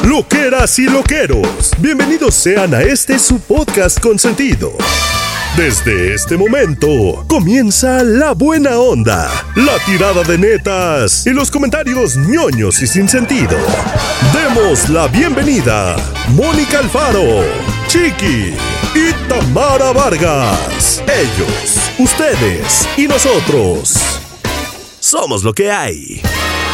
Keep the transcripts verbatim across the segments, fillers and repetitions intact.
Loqueras y loqueros, bienvenidos sean a este su podcast consentido. Desde este momento comienza la buena onda, la tirada de netas y los comentarios ñoños y sin sentido. Demos la bienvenida Mónica Alfaro, Chiqui y Tamara Vargas. Ellos, ustedes y nosotros somos lo que hay.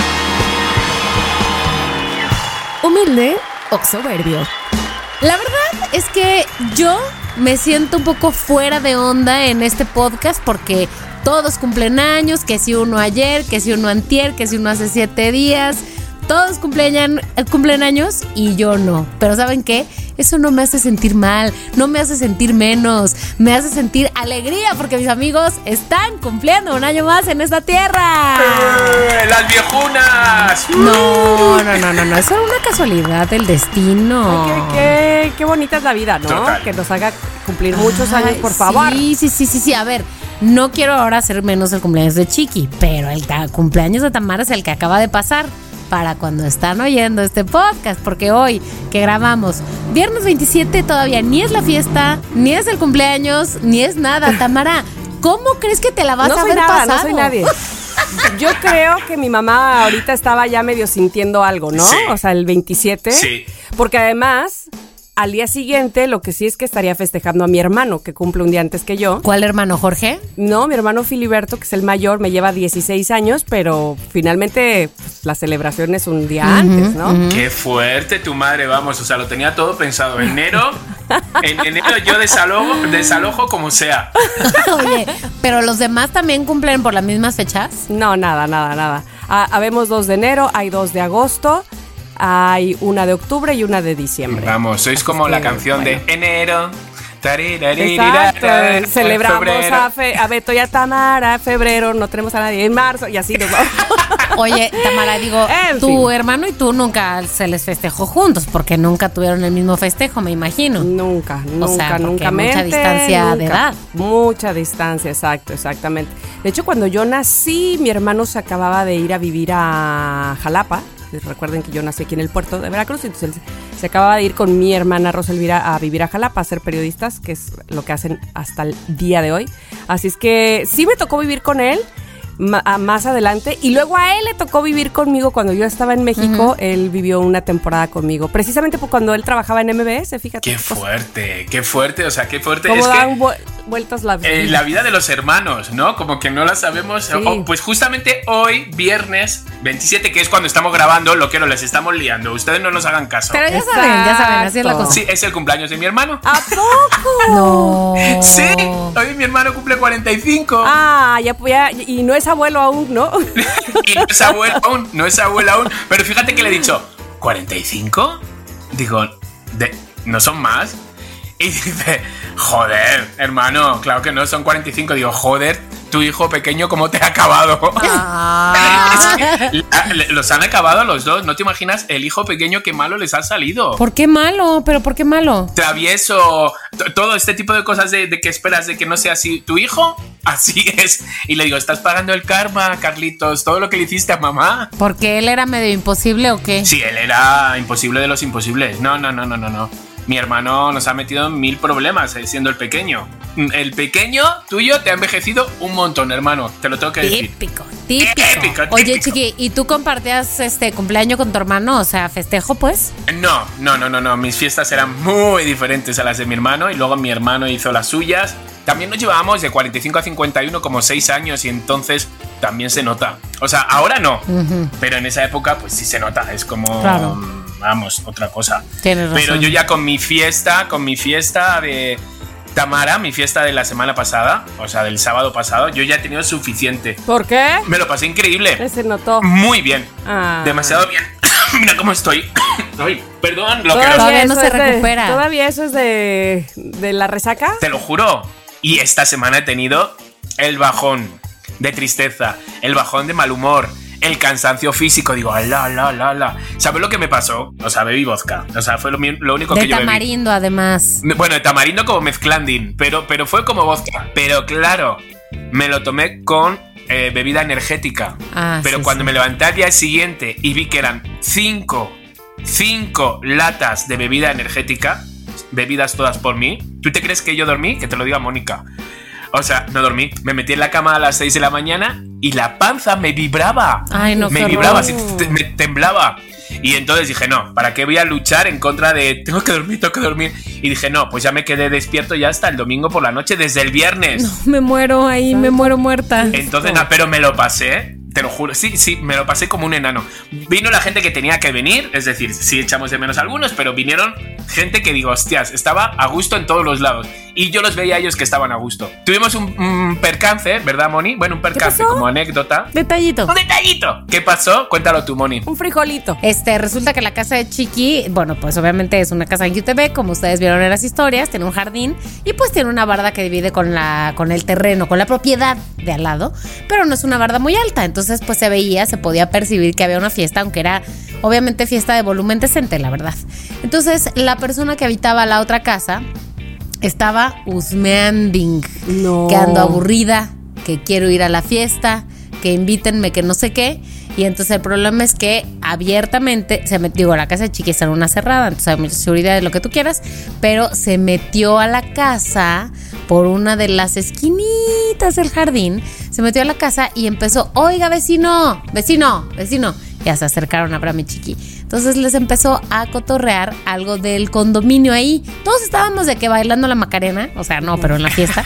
Humilde o soberbio. La verdad es que yo me siento un poco fuera de onda en este podcast porque todos cumplen años, que si uno ayer, que si uno antier, que si uno hace siete días. Todos cumplen, cumplen años y yo no. Pero ¿saben qué? Eso no me hace sentir mal, no me hace sentir menos, me hace sentir alegría porque mis amigos están cumpliendo un año más en esta tierra. ¡Eh, las viejunas! No, no, no, no, no, eso es una casualidad del destino. Ay, qué, qué, qué bonita es la vida, ¿no? Total. Que nos haga cumplir muchos Ay, años, por favor. Sí, sí, sí, sí, sí, a ver. No quiero ahora hacer menos el cumpleaños de Chiqui, pero el ta- cumpleaños de Tamara es el que acaba de pasar. Para cuando están oyendo este podcast, porque hoy que grabamos viernes veintisiete todavía ni es la fiesta, ni es el cumpleaños, ni es nada. Tamara, ¿cómo crees que te la vas no a soy haber nada, pasado? No soy nadie. Yo creo que mi mamá ahorita estaba ya medio sintiendo algo, ¿no? Sí. O sea, el veintisiete. Sí. Porque además, al día siguiente, lo que sí es que estaría festejando a mi hermano, que cumple un día antes que yo. ¿Cuál hermano, Jorge? No, mi hermano Filiberto, que es el mayor, me lleva dieciséis años, pero finalmente pues, la celebración es un día uh-huh, antes, ¿no? Uh-huh. Qué fuerte tu madre, vamos, o sea, lo tenía todo pensado. Enero, en enero yo desalojo, desalojo como sea. Oye, ¿pero los demás también cumplen por las mismas fechas? No, nada, nada, nada. Ah, habemos dos de enero, hay dos de agosto, hay una de octubre y una de diciembre. Vamos, sois como Así la que, canción bueno. de enero. Exacto, celebramos a, Fe, a Beto y a Tamara, febrero, no tenemos a nadie en marzo y así nos vamos. Oye, Tamara, digo, En tu fin. hermano y tú nunca se les festejó juntos porque nunca tuvieron el mismo festejo, me imagino. Nunca, nunca, O sea, porque nunca. mucha mente, distancia nunca. de edad. Mucha distancia, exacto, exactamente. De hecho, cuando yo nací, mi hermano se acababa de ir a vivir a Jalapa. Recuerden que yo nací aquí en el puerto de Veracruz, entonces él se acababa de ir con mi hermana Rosa Elvira a vivir a Jalapa, a ser periodistas, que es lo que hacen hasta el día de hoy. Así es que sí me tocó vivir con él ma- a más adelante, y luego a él le tocó vivir conmigo cuando yo estaba en México. Uh-huh. Él vivió una temporada conmigo, precisamente por cuando él trabajaba en M B S, fíjate. Qué fuerte, qué fuerte, o sea, qué fuerte. Como es dan que vu- vueltas la vida. Eh, la vida de los hermanos, ¿no? Como que no la sabemos. Sí. Oh, pues justamente hoy, viernes veintisiete, que es cuando estamos grabando, lo que no les estamos liando. Ustedes no nos hagan caso. Pero ya saben, ya saben, así es la cosa. Sí, es el cumpleaños de mi hermano. ¿A poco? No. Sí, hoy mi hermano cumple cuarenta y cinco. Ah, ya, ya, y no es abuelo aún, ¿no? Y no es abuelo aún, no es abuelo aún. Pero fíjate que le he dicho, ¿cuarenta y cinco? Digo, de, ¿no son más? Y dice, joder, hermano, claro que no, son cuarenta y cinco. Digo, joder, tu hijo pequeño, ¿cómo te ha acabado? Ah. Los han acabado los dos. No te imaginas el hijo pequeño qué malo les ha salido. ¿Por qué malo? ¿Pero por qué malo? Travieso, t- todo este tipo de cosas de, de que esperas de que no sea así tu hijo. Así es. Y le digo, estás pagando el karma, Carlitos, todo lo que le hiciste a mamá. ¿Porque él era medio imposible o qué? Sí, él era imposible de los imposibles. No, no, no, no, no, no. Mi hermano nos ha metido en mil problemas eh, siendo el pequeño. El pequeño tuyo te ha envejecido un montón, hermano. Te lo tengo que decir. Típico, típico. Típico, Oye, típico. Chiqui, ¿y tú compartías este cumpleaños con tu hermano? O sea, festejo, pues. No, no, no, no, no. Mis fiestas eran muy diferentes a las de mi hermano y luego mi hermano hizo las suyas. También nos llevábamos de cuarenta y cinco a cincuenta y uno como seis años y entonces también se nota. O sea, ahora no, uh-huh. Pero en esa época pues sí se nota. Es como, claro. Vamos, otra cosa. Tienes razón. Pero yo ya con mi fiesta, con mi fiesta de Tamara, mi fiesta de la semana pasada, o sea, del sábado pasado, yo ya he tenido suficiente. ¿Por qué? Me lo pasé increíble. Se notó. Muy bien. Ah. Demasiado bien. Mira cómo estoy. Ay, perdón, lo que Todavía, no... todavía no se de, recupera. ¿Todavía eso es de, de la resaca? Te lo juro. Y esta semana he tenido el bajón de tristeza, el bajón de mal humor, el cansancio físico. Digo, la, la, la, la. ¿Sabes lo que me pasó? O sea, bebí vodka. O sea, fue lo, lo único de que yo bebí. De tamarindo, además. Bueno, de tamarindo como mezclandín, pero, pero fue como vodka. Pero claro, me lo tomé con eh, bebida energética. Ah, pero sí, cuando sí. me levanté al día siguiente y vi que eran cinco cinco latas de bebida energética, bebidas todas por mí. ¿Tú te crees que yo dormí? Que te lo diga Mónica. O sea, no dormí. Me metí en la cama a las seis de la mañana y la panza me vibraba. Ay, no, me vibraba, así, me temblaba. Y entonces dije, no, ¿para qué voy a luchar en contra de tengo que dormir, tengo que dormir? Y dije, no, pues ya me quedé despierto ya hasta el domingo por la noche, desde el viernes. No, me muero ahí, me muero muerta. Entonces, no, pero me lo pasé, te lo juro, sí, sí, me lo pasé como un enano. Vino la gente que tenía que venir, es decir, sí echamos de menos a algunos, pero vinieron gente que digo, hostias, estaba a gusto en todos los lados. Y yo los veía a ellos que estaban a gusto. Tuvimos un, un percance, ¿verdad, Moni? Bueno, un percance como anécdota. Detallito. ¡Un detallito! ¿Qué pasó? Cuéntalo tú, Moni. Un frijolito. Este, resulta que la casa de Chiqui, bueno, pues obviamente es una casa en U T V, como ustedes vieron en las historias, tiene un jardín y pues tiene una barda que divide con la con el terreno, con la propiedad de al lado, pero no es una barda muy alta, entonces pues se veía, se podía percibir que había una fiesta, aunque era obviamente fiesta de volumen decente, la verdad. Entonces, la persona que habitaba la otra casa estaba husmeanding, no. que ando aburrida, que quiero ir a la fiesta, que invítenme, que no sé qué. Y entonces el problema es que abiertamente se metió, digo, la casa de Chiqui está en una cerrada, entonces hay mucha seguridad de lo que tú quieras, pero se metió a la casa por una de las esquinitas del jardín, se metió a la casa y empezó, oiga, vecino, vecino, vecino. Ya se acercaron a Bram y Chiqui. Entonces les empezó a cotorrear algo del condominio ahí. Todos estábamos de que bailando la Macarena, o sea, no, pero en la fiesta.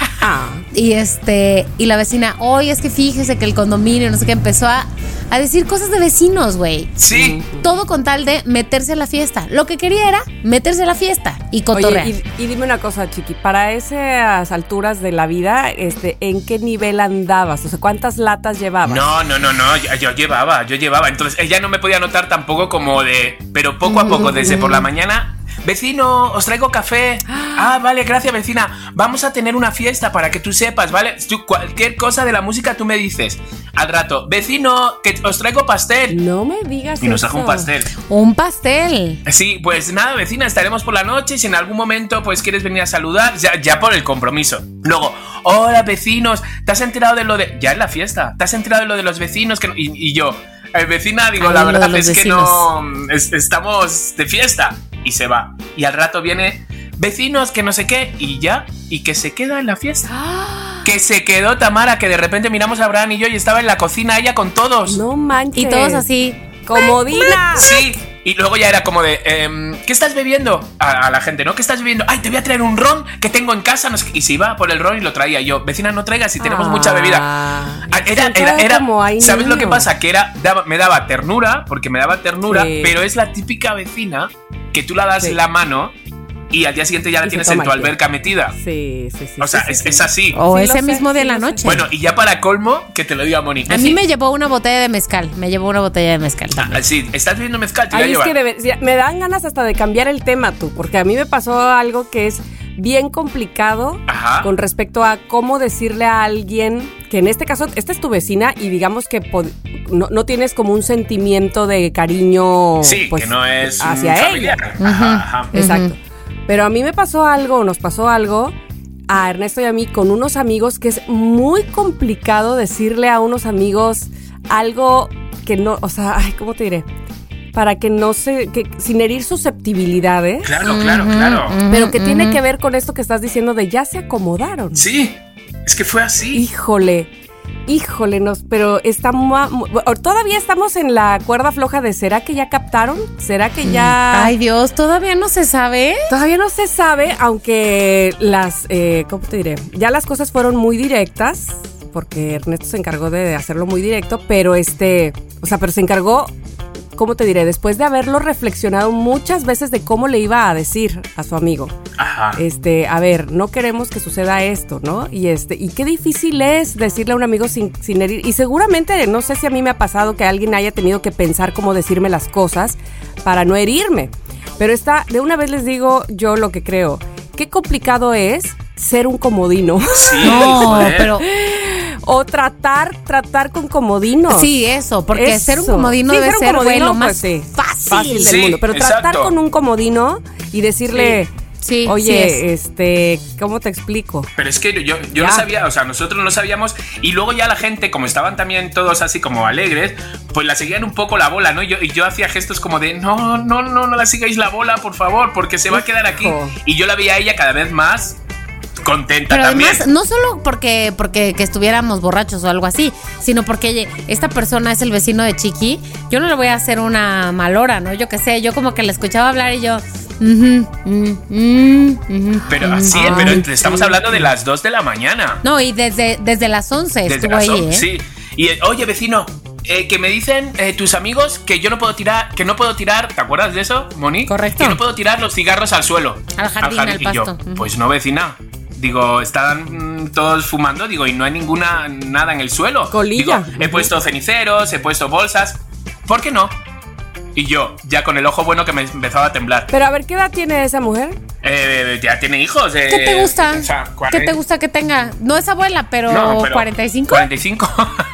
Y este, y la vecina, oye, es que fíjese que el condominio, no sé qué, empezó a, a decir cosas de vecinos, güey. Sí. Todo con tal de meterse a la fiesta. Lo que quería era meterse a la fiesta y cotorrear. Oye, y, y dime una cosa, Chiqui, para esas alturas de la vida, este, ¿en qué nivel andabas? O sea, ¿cuántas latas llevabas? No, no, no, no, yo, yo llevaba, yo llevaba. Entonces ella no me podía notar tampoco como de, pero poco a poco, desde por la mañana, vecino, os traigo café. Ah, vale, gracias, vecina. Vamos a tener una fiesta para que tú sepas, ¿vale? Tú, cualquier cosa de la música tú me dices. Al rato, vecino, que os traigo pastel. No me digas Y nos eso. trajo un pastel. Un pastel. Sí, pues nada, vecina, estaremos por la noche. Si en algún momento pues quieres venir a saludar, ya, ya por el compromiso. Luego, hola, vecinos, ¿te has enterado de lo de...? Ya es la fiesta. ¿Te has enterado de lo de los vecinos? Que no... y, y yo... Eh, vecina, digo, Ay, la verdad es vecinos. que no es, estamos de fiesta. Y se va. Y al rato viene, vecinos, que no sé qué. Y ya, y que se queda en la fiesta. ¡Ah! Que se quedó Tamara, que de repente miramos a Abraham y yo y estaba en la cocina ella con todos. No manches. Y todos así. ¡Comodina! Sí. Y luego ya era como de, eh, ¿qué estás bebiendo? A, a la gente, ¿no? ¿Qué estás bebiendo? Ay, te voy a traer un ron que tengo en casa. No sé qué. Y se iba por el ron y lo traía yo. Vecina, no traigas si tenemos Ah, mucha bebida. Ah, Era, era, era, como hay ¿sabes lo que niños. pasa? Que era, daba, me daba ternura, porque me daba ternura, Sí. pero es la típica vecina que tú la das Sí. la mano y al día siguiente ya la Y se tienes en toma tu el pie. alberca metida. Sí, sí, sí. O sea, sí, sí, es, sí. es así. O Sí, ese lo sé, mismo de sí, la lo sé. noche. Bueno, y ya para colmo, que te lo diga Moni. A mí me llevó una botella de mezcal. Me llevó una botella de mezcal Ah, también. sí, estás bebiendo mezcal, te voy a Ay, es llevar. que debe- ya, me dan ganas hasta de cambiar el tema tú, porque a mí me pasó algo que es bien complicado Ajá. con respecto a cómo decirle a alguien que en este caso, esta es tu vecina y digamos que pod- no, no tienes como un sentimiento de cariño Sí, pues, que no es un hacia familiar. ella. Ajá, ajá. Exacto. Pero a mí me pasó algo, nos pasó algo a Ernesto y a mí con unos amigos que es muy complicado decirle a unos amigos algo que no, o sea, ay, ¿cómo te diré? Para que no se, que sin herir susceptibilidades, Claro, claro, claro. pero que tiene ujú. que ver con esto que estás diciendo de ya se acomodaron. Sí, es que fue así. Híjole, híjole, nos, pero está mu- mu- todavía estamos en la cuerda floja de ¿será que ya captaron? ¿Será que ya...? Ay, Dios, todavía no se sabe. Todavía no se sabe, aunque las, eh, ¿cómo te diré? Ya las cosas fueron muy directas, porque Ernesto se encargó de hacerlo muy directo, pero este, o sea, pero se encargó, ¿cómo te diré? Después de haberlo reflexionado muchas veces de cómo le iba a decir a su amigo. Ajá. Este, a ver, no queremos que suceda esto, ¿no? Y este, y qué difícil es decirle a un amigo sin, sin herir. Y seguramente, no sé si a mí me ha pasado que alguien haya tenido que pensar cómo decirme las cosas para no herirme. Pero está, de una vez les digo yo lo que creo. Qué complicado es ser un comodino. Sí, No, joder. pero O tratar, tratar con comodinos. sí, eso, porque Eso. ser un comodino Sí, debe un ser, güey, comodino, lo más pues, sí, fácil. fácil del Sí, mundo. Pero exacto. tratar con un comodino y decirle, Sí, Oye, sí es. este, ¿cómo te explico? Pero es que yo, yo Ya. no sabía, o sea, nosotros no sabíamos. Y luego ya la gente, como estaban también todos así como alegres, pues la seguían un poco la bola, ¿no? Y yo, y yo hacía gestos como de, no, no, no, no la sigáis la bola, por favor, porque se va a quedar aquí. Hijo. Y yo la veía a ella cada vez más contenta Pero también. además, no solo porque, porque que estuviéramos borrachos o algo así, sino porque oye, esta persona es el vecino de Chiqui, yo no le voy a hacer una malora, ¿no? Yo qué sé, yo como que le escuchaba hablar y yo... ujú, mm, mm, ujú, Pero así, mm, pero ay, estamos sí. hablando de las dos de la mañana. No, y desde, desde las once Desde estuvo las ahí, once, ¿eh? sí. Y eh, oye, vecino, eh, que me dicen eh, tus amigos que yo no puedo tirar, que no puedo tirar, ¿te acuerdas de eso, Moni? Correcto. Que no puedo tirar los cigarros al suelo. Al jardín, al Y yo, pasto. Ujú. pues no, vecina. Digo, están mm, todos fumando, digo, y no hay ninguna nada en el suelo. Colilla. Digo, he puesto ceniceros, he puesto bolsas. ¿Por qué no? Y yo, ya con el ojo bueno que me empezaba a temblar. Pero a ver, ¿qué edad tiene esa mujer? Eh, ya tiene hijos. eh, ¿Qué te gusta? o sea, ¿Qué cuarenta te gusta que tenga? No es abuela, pero, No, pero cuarenta y cinco. cuarenta y cinco.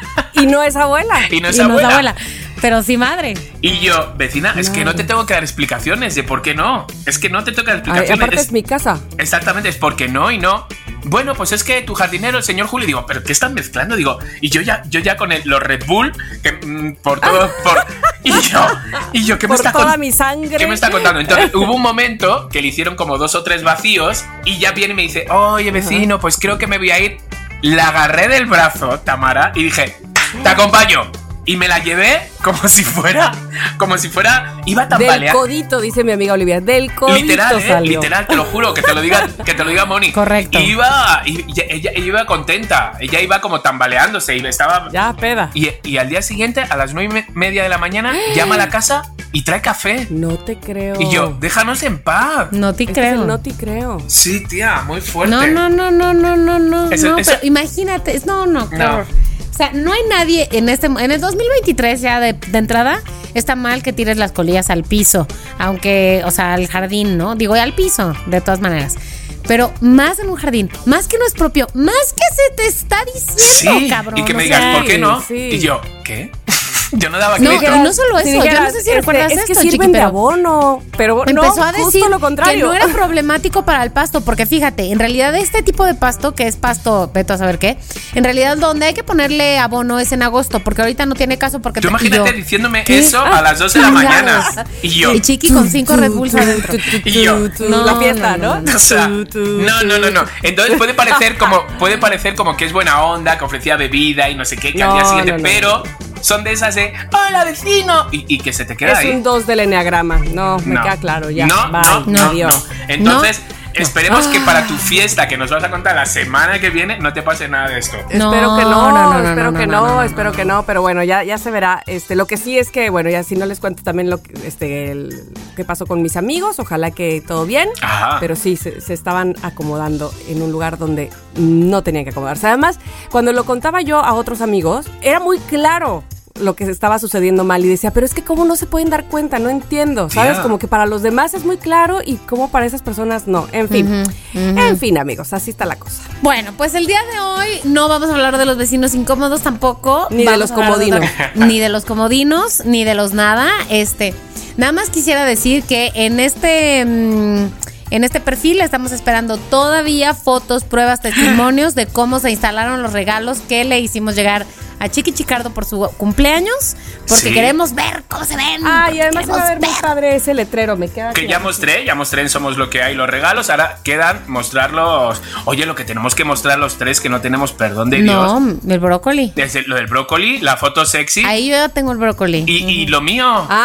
Y no es abuela. Y no es Y no es abuela. abuela, pero sí madre. Y yo, vecina, es que no te tengo que dar explicaciones de por qué no. Es que no te tengo que dar Ay, explicaciones. aparte Es- es mi casa. Exactamente, es porque no y no. Bueno, pues es que tu jardinero, el señor Julio, digo, ¿pero qué están mezclando? Digo, y yo ya, yo ya con el, los Red Bull, que mm, por todo, por. Y yo, y yo, ¿qué me Por está toda cont- mi sangre. ¿Qué me está contando? Entonces hubo un momento que le hicieron como dos o tres vacíos y ya viene y me dice, oye vecino, pues creo que me voy a ir. La agarré del brazo, Tamara, y dije, te acompaño. Y me la llevé como si fuera, como si fuera, iba tan Del balear. codito, dice mi amiga Olivia. Del codito Literal, eh, salió. literal, te lo juro, que te lo diga, que te lo diga Moni. Correcto. Iba, y, y- ella, ella iba contenta, ella iba como tambaleándose y estaba. Ya, peda. Y, y al día siguiente, a las nueve y media de la mañana, llama a la casa y trae café. No te creo. Y yo, déjanos en paz. No te Este es creo. el no te creo. Sí, tía, muy fuerte. No, no, no, no, no, no, no. Eso- no, eso- pero imagínate, es- no, no, qué No. horror. O sea, no hay nadie en este en el dos mil veintitrés ya de, de entrada está mal que tires las colillas al piso, aunque, o sea, al jardín, ¿no? Digo, al piso, de todas maneras. Pero más en un jardín, más que no es propio, más que se te está diciendo, Sí, cabrón. y que me o digas, sea, ¿por qué no? sí. Y yo, ¿qué? Yo no daba No, crédito. y no solo eso, yo no sé si recuerdas es que esto, sirven Chiqui, de pero abono, pero no, empezó a decir justo lo que contrario. no era problemático para el pasto, porque fíjate, en realidad este tipo de pasto, que es pasto, veto a saber qué, en realidad donde hay que ponerle abono es en agosto, porque ahorita no tiene caso porque... Tú te- imagínate y yo, diciéndome ¿qué? eso Ah, a las dos de la chingados. mañana. Y yo, Y Chiqui con cinco Red Bulls adentro. Y yo, No, la fiesta, no, ¿no? no, o sea, Tu, tu, no, no, no, no. tu. Entonces puede parecer como, puede parecer como que es buena onda, que ofrecía bebida y no sé qué, que al No, día siguiente, no, no. pero son de esas de, hola vecino, y, y que se te queda Es ahí. un dos del enneagrama. No, me No. queda claro ya. No, Bye. no, no, Adiós. no. Entonces, esperemos No. que para tu fiesta que nos vas a contar la semana que viene no te pase nada de esto. No, espero que no, no, no, no, espero no, que no, no, no, no, espero no. que no, pero bueno, ya, ya se verá. Este, lo que sí es que, bueno, ya si no les cuento también lo que, este, el, qué pasó con mis amigos, ojalá que todo bien, Ajá. pero sí, se, se estaban acomodando en un lugar donde no tenían que acomodarse. Además, cuando lo contaba yo a otros amigos, era muy claro lo que estaba sucediendo mal y decía, pero es que cómo no se pueden dar cuenta, no entiendo, ¿sabes? Tía. Como que para los demás es muy claro y como para esas personas no, en fin, Ujú, ujú. en fin amigos, así está la cosa. Bueno, pues el día de hoy no vamos a hablar de los vecinos incómodos tampoco. Ni de Vamos los a hablar comodinos. otra- ni de los comodinos, ni de los nada. Este, nada más quisiera decir que en este... mm, en este perfil estamos esperando todavía fotos, pruebas, testimonios de cómo se instalaron los regalos que le hicimos llegar a Chiqui Chicardo por su cumpleaños, porque Sí. queremos ver cómo se ven. Ay, porque además se va a ver queremos muy padre ese letrero, me queda Que ya claro. mostré, ya mostré en Somos lo que hay los regalos. Ahora quedan mostrarlos. Oye, lo que tenemos que mostrar los tres que no tenemos perdón de Dios. No, el brócoli. Es el- lo del brócoli, la foto sexy Ahí yo ya tengo el brócoli. y, y lo mío.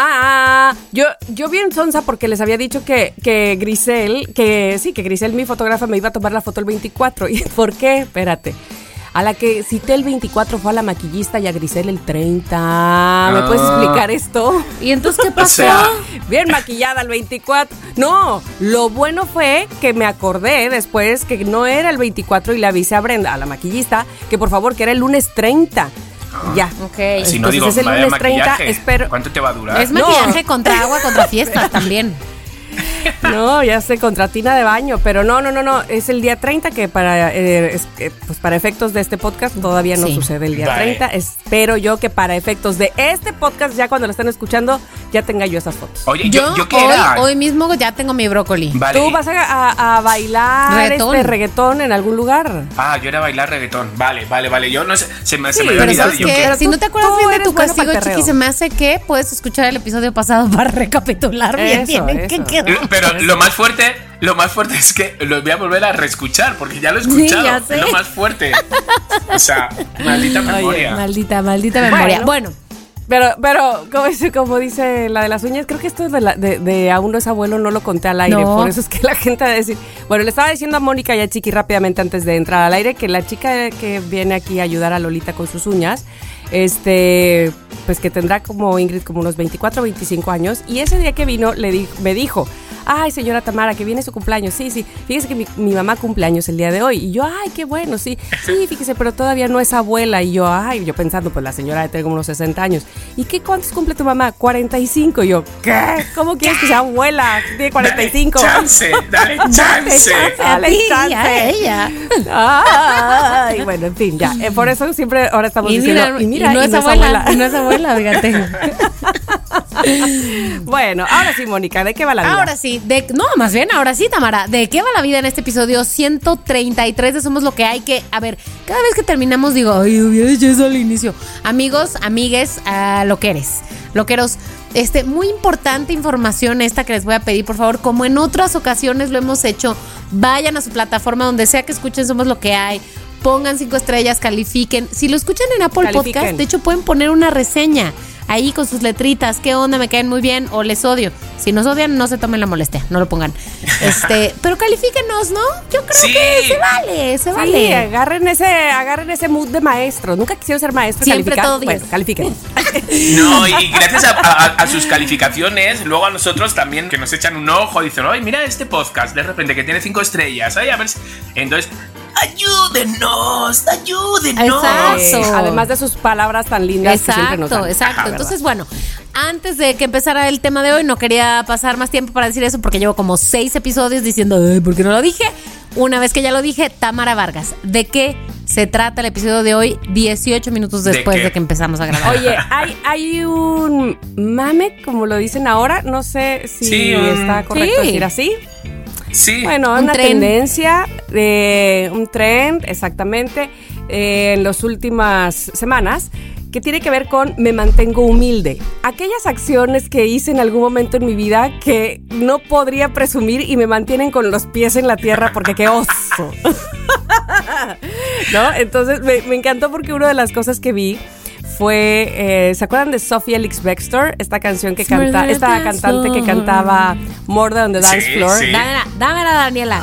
Ah, ah, yo, yo bien sonsa porque les había dicho que, que Grisel, que sí, que Grisel, mi fotógrafa, me iba a tomar la foto el veinticuatro. ¿Y por qué? Espérate. A la que cité el veinticuatro fue a la maquillista y a Grisel el treinta. ¿Me Ah. puedes explicar esto? ¿Y entonces qué pasó? sea, Bien maquillada el veinticuatro. No, lo bueno fue que me acordé después que no era el veinticuatro y le avisé a Brenda, a la maquillista, que por favor que era el lunes treinta. Ya. Ok. Si no Entonces digo, es el vaya lunes treinta, maquillaje. espero- ¿Cuánto te va a durar? Es No. maquillaje contra agua, contra fiestas también. No, ya sé, contra tina de baño, pero no, no, no, no, es el día treinta que para, eh, es, eh, pues para efectos de este podcast todavía no sí. sucede el día vale. treinta. Espero yo que para efectos de este podcast, ya cuando lo estén escuchando, ya tenga yo esas fotos. Oye, yo, yo, yo ¿qué hoy, era? hoy mismo ya tengo mi brócoli. Vale. ¿Tú vas a, a, a bailar reggaetón. este reggaetón en algún lugar? Ah, yo era a bailar reggaetón. Vale, vale, vale. Yo no sé, se me, sí, se me había olvidado. Yo que, si no te acuerdas bien de tu bueno castigo, Chiqui, se me hace que puedes escuchar el episodio pasado para recapitular bien. Eso, Tienen eso. que quedar. Pero lo más fuerte, lo más fuerte es que lo voy a volver a reescuchar porque ya lo he escuchado. Sí, ya sé. Es lo más fuerte. O sea, maldita memoria. Oye, maldita, maldita memoria. Bueno. bueno. Pero, pero como dice, como dice la de las uñas, creo que esto de, la, de, de aún no es abuelo, no lo conté al aire, no. Por eso es que la gente va a decir, bueno, le estaba diciendo a Mónica y a Chiqui rápidamente antes de entrar al aire que la chica que viene aquí a ayudar a Lolita con sus uñas, este, pues que tendrá como Ingrid como unos veinticuatro o veinticinco años, y ese día que vino le di, me dijo, ay, señora Tamara, que viene su cumpleaños. Sí, sí, fíjese que mi, mi mamá cumpleaños el día de hoy. Y yo, ay, qué bueno, sí. Sí, fíjese, pero todavía no es abuela. Y yo, ay, yo pensando, pues la señora tiene como unos sesenta años. ¿Y qué cuántos cumple tu mamá? cuarenta y cinco. Y yo, ¿qué? ¿Cómo quieres que sea abuela? Tiene cuarenta y cinco. Dale chance, dale chance. Dale chance. A ella. Ay, bueno, en fin, ya. Eh, por eso siempre ahora estamos y diciendo, mira, y mira, y no, y es, no abuela, es abuela. Y no es abuela, fíjate. Bueno, ahora sí, Mónica, ¿de qué va la vida? Ahora sí, de, no, más bien, ahora sí, Tamara, ¿de qué va la vida en este episodio ciento treinta y tres de Somos Lo que Hay? Que, a ver, cada vez que terminamos digo, ay, hubiera hecho eso al inicio. Amigos, amigues, uh, loqueres, loqueros, este, muy importante información esta que les voy a pedir, por favor, como en otras ocasiones lo hemos hecho, vayan a su plataforma donde sea que escuchen Somos Lo que Hay. Pongan cinco estrellas, califiquen. Si lo escuchan en Apple Califiquen. Podcast, de hecho pueden poner una reseña ahí con sus letritas. ¿Qué onda? Me caen muy bien o les odio. Si nos odian, no se tomen la molestia, no lo pongan. Este, pero califíquenos, ¿no? Yo creo sí. que se vale, se Sí, vale. agarren ese, agarren ese mood de maestro. Nunca quisieron ser maestro. Siempre calificar. todo diez. Bueno, califiquen. No, y gracias a, a, a sus calificaciones, luego a nosotros también que nos echan un ojo, dicen, ay, mira este podcast, de repente que tiene cinco estrellas, ay, a ver si... Entonces, ayúdenos, ayúdenos. Exacto. Además de sus palabras tan lindas Exacto, que siempre nos dan. exacto. Ajá, Entonces, bueno, antes de que empezara el tema de hoy, no quería pasar más tiempo para decir eso porque llevo como seis episodios diciendo, ay, ¿por qué no lo dije? Una vez que ya lo dije, Tamara Vargas, ¿de qué se trata el episodio de hoy? dieciocho minutos después ¿De, de que empezamos a grabar. Oye, hay, hay un mame, como lo dicen ahora, no sé si Sí, um, está correcto sí. decir así. Sí. Bueno, Un una trend. tendencia, de un trend, exactamente, eh, en las últimas semanas, que tiene que ver con me mantengo humilde. Aquellas acciones que hice en algún momento en mi vida que no podría presumir y me mantienen con los pies en la tierra porque qué oso. ¿No? Entonces me, me encantó porque una de las cosas que vi fue, eh, ¿se acuerdan de Sophie Ellis-Bextor? Esta canción que canta, esta cantante que cantaba More Than the Dance Sí, Floor. sí. Dámela, dámela, Daniela.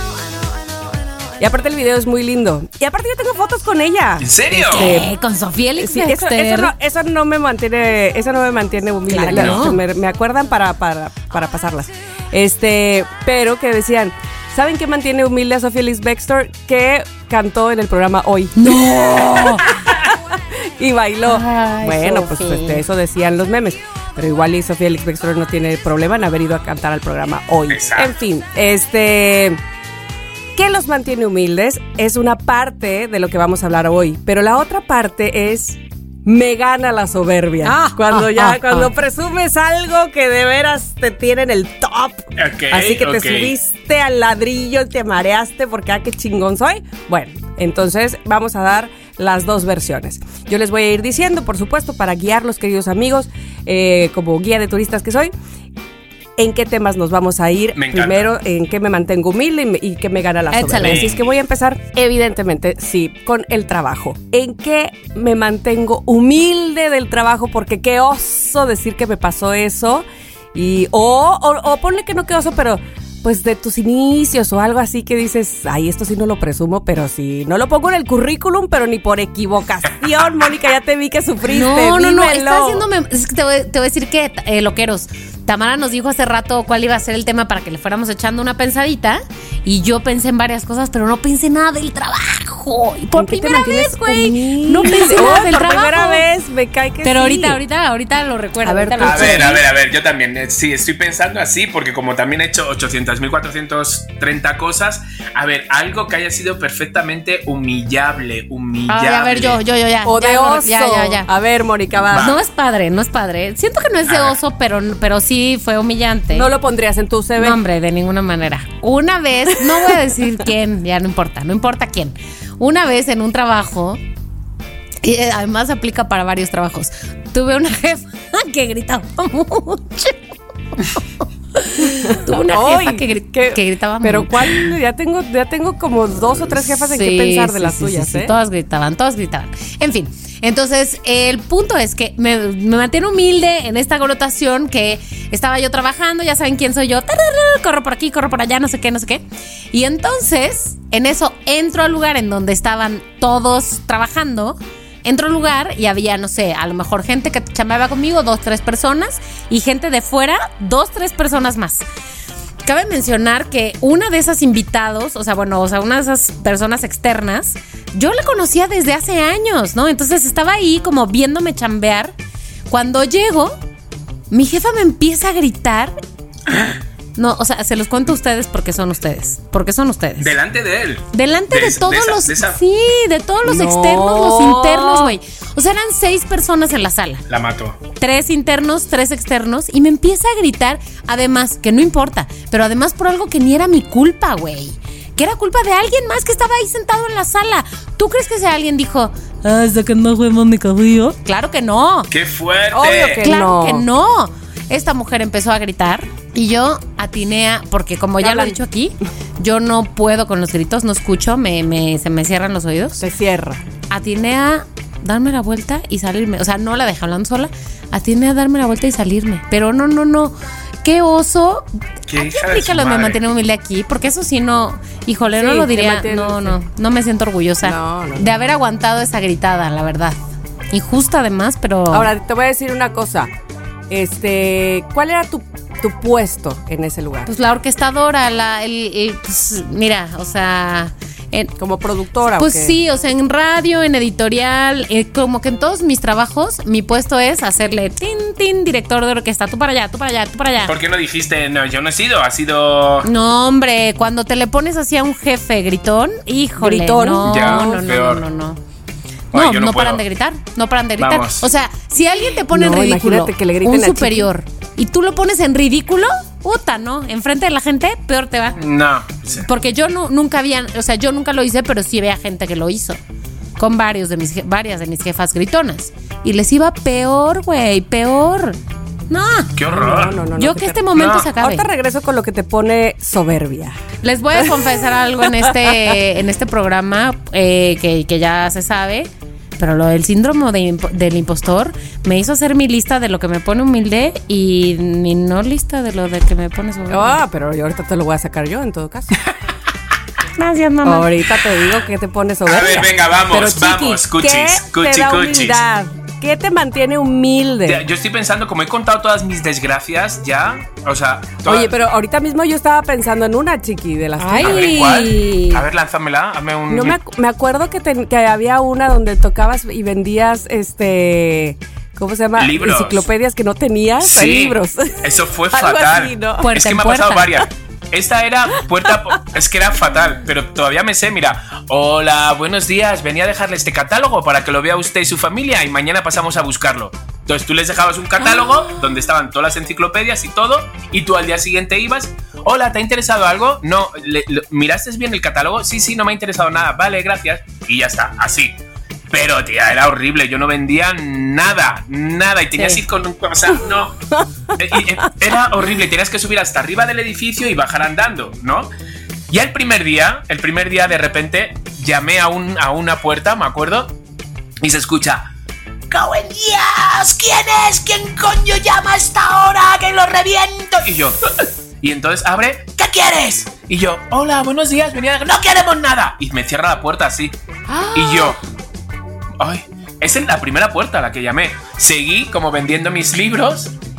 Y aparte el video es muy lindo. Y aparte yo tengo fotos con ella. ¿En serio? Eh, con Sofía Elix Sí, eso, eso, no, eso no me mantiene, eso no me mantiene humilde. Claro que no. me, me acuerdan para, para, para pasarlas. Este, pero que decían, ¿saben qué mantiene humilde a Sophie Ellis-Bextor? Que cantó en el programa Hoy. ¡No! Y bailó. Ay, bueno, pues Sophie. este, eso decían los memes. Pero igual y Sophie Ellis-Bextor no tiene problema en haber ido a cantar al programa Hoy. Exacto. En fin, este... ¿qué los mantiene humildes? Es una parte de lo que vamos a hablar hoy. Pero la otra parte es... me gana la soberbia. Ah, cuando ah, ya, ah, cuando ah. presumes algo que de veras te tiene en el top. Ok, Así que te ok. subiste al ladrillo, te mareaste porque ah, qué chingón soy. Bueno, entonces vamos a dar las dos versiones. Yo les voy a ir diciendo, por supuesto, para guiarlos, queridos amigos, eh, como guía de turistas que soy, en qué temas nos vamos a ir. Me encanta. Primero, en qué me mantengo humilde y, me- y qué me gana la Échale. soberbia. Así es que voy a empezar, evidentemente, sí, con el trabajo. ¿En qué me mantengo humilde del trabajo? Porque qué oso decir que me pasó eso. Y, o, o, o ponle que no qué oso, pero pues de tus inicios o algo así que dices, ay, esto sí no lo presumo, pero sí, no lo pongo en el currículum, pero ni por equivocación, Mónica, ya te vi que sufriste. No, no, no, dímelo. está haciéndome. Es que te voy, te voy a decir que, eh, loqueros, Tamara nos dijo hace rato cuál iba a ser el tema para que le fuéramos echando una pensadita. Y yo pensé en varias cosas, pero no pensé nada del trabajo. trabajo. Y por ¿En qué te primera mantienes vez, güey. humilde? No pensé Oh, nada del por trabajo. primera vez, me cae que Pero sí. ahorita, ahorita, ahorita lo recuerdo. A ver, ahorita tú. lo A ver, recuerdo. a ver, a ver, yo también, eh, sí, estoy pensando así, porque como también he hecho ochocientas mil cuatrocientas treinta cosas, a ver, algo que haya sido perfectamente humillable, humillable. Ay, a ver, yo, yo, yo, ya. O ya de lo- oso. Ya, ya, ya. A ver, Mónica, va. No es padre, no es padre. Siento que no es de A ver. oso, pero, pero sí fue humillante. No lo pondrías en tu C V. No, hombre, de ninguna manera. Una vez, no voy a decir quién, ya no importa, no importa quién. Una vez en un trabajo, y además aplica para varios trabajos, tuve una jefa que gritaba mucho. Tuve una Ay, jefa que, gri- qué- que gritaba Pero mucho. ¿cuál? Ya tengo, ya tengo como dos o tres jefas en Sí, qué pensar de sí, las sí, tuyas, sí, sí, ¿eh? Todas gritaban, todas gritaban. En fin, entonces el punto es que me, me mantiene humilde en esta connotación que estaba yo trabajando, ya saben quién soy yo, tararara, corro por aquí, corro por allá, no sé qué, no sé qué. Y entonces, en eso entro al lugar en donde estaban todos trabajando. Entro al lugar y había, no sé, a lo mejor gente que chambeaba conmigo, dos, tres personas, y gente de fuera, dos, tres personas más. Cabe mencionar que una de esas invitados, o sea, bueno, o sea, una de esas personas externas, yo la conocía desde hace años, ¿no? Entonces estaba ahí como viéndome chambear. Cuando llego, mi jefa me empieza a gritar. No, o sea, se los cuento a ustedes porque son ustedes. Porque son ustedes. Delante de él. Delante de, De- todos de esa- los... de esa- Sí, de todos los No. externos, los internos, güey. O sea, eran seis personas en la sala. La mató. Tres internos, tres externos. Y me empieza a gritar, además, que no importa, pero además por algo que ni era mi culpa, güey. Que era culpa de alguien más que estaba ahí sentado en la sala. ¿Tú crees que ese alguien dijo, ah, hasta que no fue Mónica Río? Claro que no. ¡Qué fuerte! Obvio que Claro no. que no. Esta mujer empezó a gritar y yo atiné a, porque como ya lo he hablan. dicho aquí, yo no puedo con los gritos, no escucho, me, me, se me cierran los oídos. Se cierra. Atiné a darme la vuelta y salirme. O sea, no la dejé hablando sola. Atiné a darme la vuelta y salirme. Pero no, no, no. Qué oso. Qué Aquí hija de aplica su lo de me madre. mantiene humilde aquí, porque eso sí no. Híjole, no Sí, lo te diría. mantiene, No, sí. no. No me siento orgullosa No, no, no. de haber aguantado esa gritada, la verdad. Injusta además, pero. Ahora, te voy a decir una cosa. Este, ¿cuál era tu, tu puesto en ese lugar? Pues la orquestadora, la, el, el- pues, mira, o sea. en- ¿Como productora Pues o qué? sí, o sea, en radio, en editorial, eh, como que en todos mis trabajos, mi puesto es hacerle tin, tin, director de orquesta, tú para allá, tú para allá, tú para allá. ¿Por qué no dijiste, no, yo no he sido, ha sido... No, hombre, cuando te le pones así a un jefe gritón, híjole, ¿Gritón? no, Ya, no, no, no, peor. no, no. Ay, No, yo no, no paran puedo. de gritar, no paran de gritar. Vamos. O sea, si alguien te pone No, en ridículo, imagínate que le griten un al superior, y tú lo pones en ridículo, puta, ¿no? Enfrente de la gente, peor te va. No. Sí. Porque yo no, nunca había, o sea, yo nunca lo hice, pero sí veía gente que lo hizo. Con varios de mis, je- varias de mis jefas gritonas. Y les iba peor, güey, peor. No. ¡Qué horror! No, no, no, no, yo que que te- este momento no. se acabe. Ahorita regreso con lo que te pone soberbia. Les voy a confesar algo en este, en este programa eh, que, que ya se sabe. Pero lo del síndrome de impo- del impostor me hizo hacer mi lista de lo que me pone humilde y mi no lista de lo de que me pone soberbia. Ah, pero yo ahorita te lo voy a sacar yo en todo caso. Gracias, mamá. Ahorita te digo que te pone soberbia. A ver, venga, vamos, Pero, Chiqui, vamos, cuchis, ¿qué cuchi, te da cuchis. humildad? ¿Qué te mantiene humilde? Ya, yo estoy pensando, como he contado todas mis desgracias ya, o sea... todas- Oye, pero ahorita mismo yo estaba pensando en una, Chiqui, de las Ay. A tuyas. ver, ¿cuál? A ver, lánzamela, hazme un... No me, ac- me acuerdo que, te- que había una donde tocabas y vendías, este... ¿Cómo se llama? Libros. Enciclopedias que no tenías. Sí, libros. eso fue Algo fatal. así, ¿no? Puerta es que en me ha pasado puerta. varias. Esta era puerta, po- es que era fatal, pero todavía me sé, mira, hola, buenos días, venía a dejarle este catálogo para que lo vea usted y su familia y mañana pasamos a buscarlo. Entonces tú les dejabas un catálogo donde estaban todas las enciclopedias y todo, y tú al día siguiente ibas, hola, ¿te ha interesado algo? No, le- lo- ¿miraste bien el catálogo? Sí, sí, no me ha interesado nada, vale, gracias, y ya está, así. Pero, tía, era horrible. Yo no vendía nada, nada. Y tenías que Sí. ir con un... O sea, no. Eh, y, eh, Era horrible. Tenías que subir hasta arriba del edificio y bajar andando, ¿no? Y el primer día, el primer día, de repente, llamé a, un, a una puerta, me acuerdo, y se escucha... ¡Cago en Dios! ¿Quién es? ¿Quién coño llama a esta hora? ¡Que lo reviento! Y yo... Y entonces abre... ¿Qué quieres? Y yo... Hola, buenos días. Venía a... ¡No queremos nada! Y me cierra la puerta así. Y yo... Ay, esa es la primera puerta a la que llamé. Seguí como vendiendo mis libros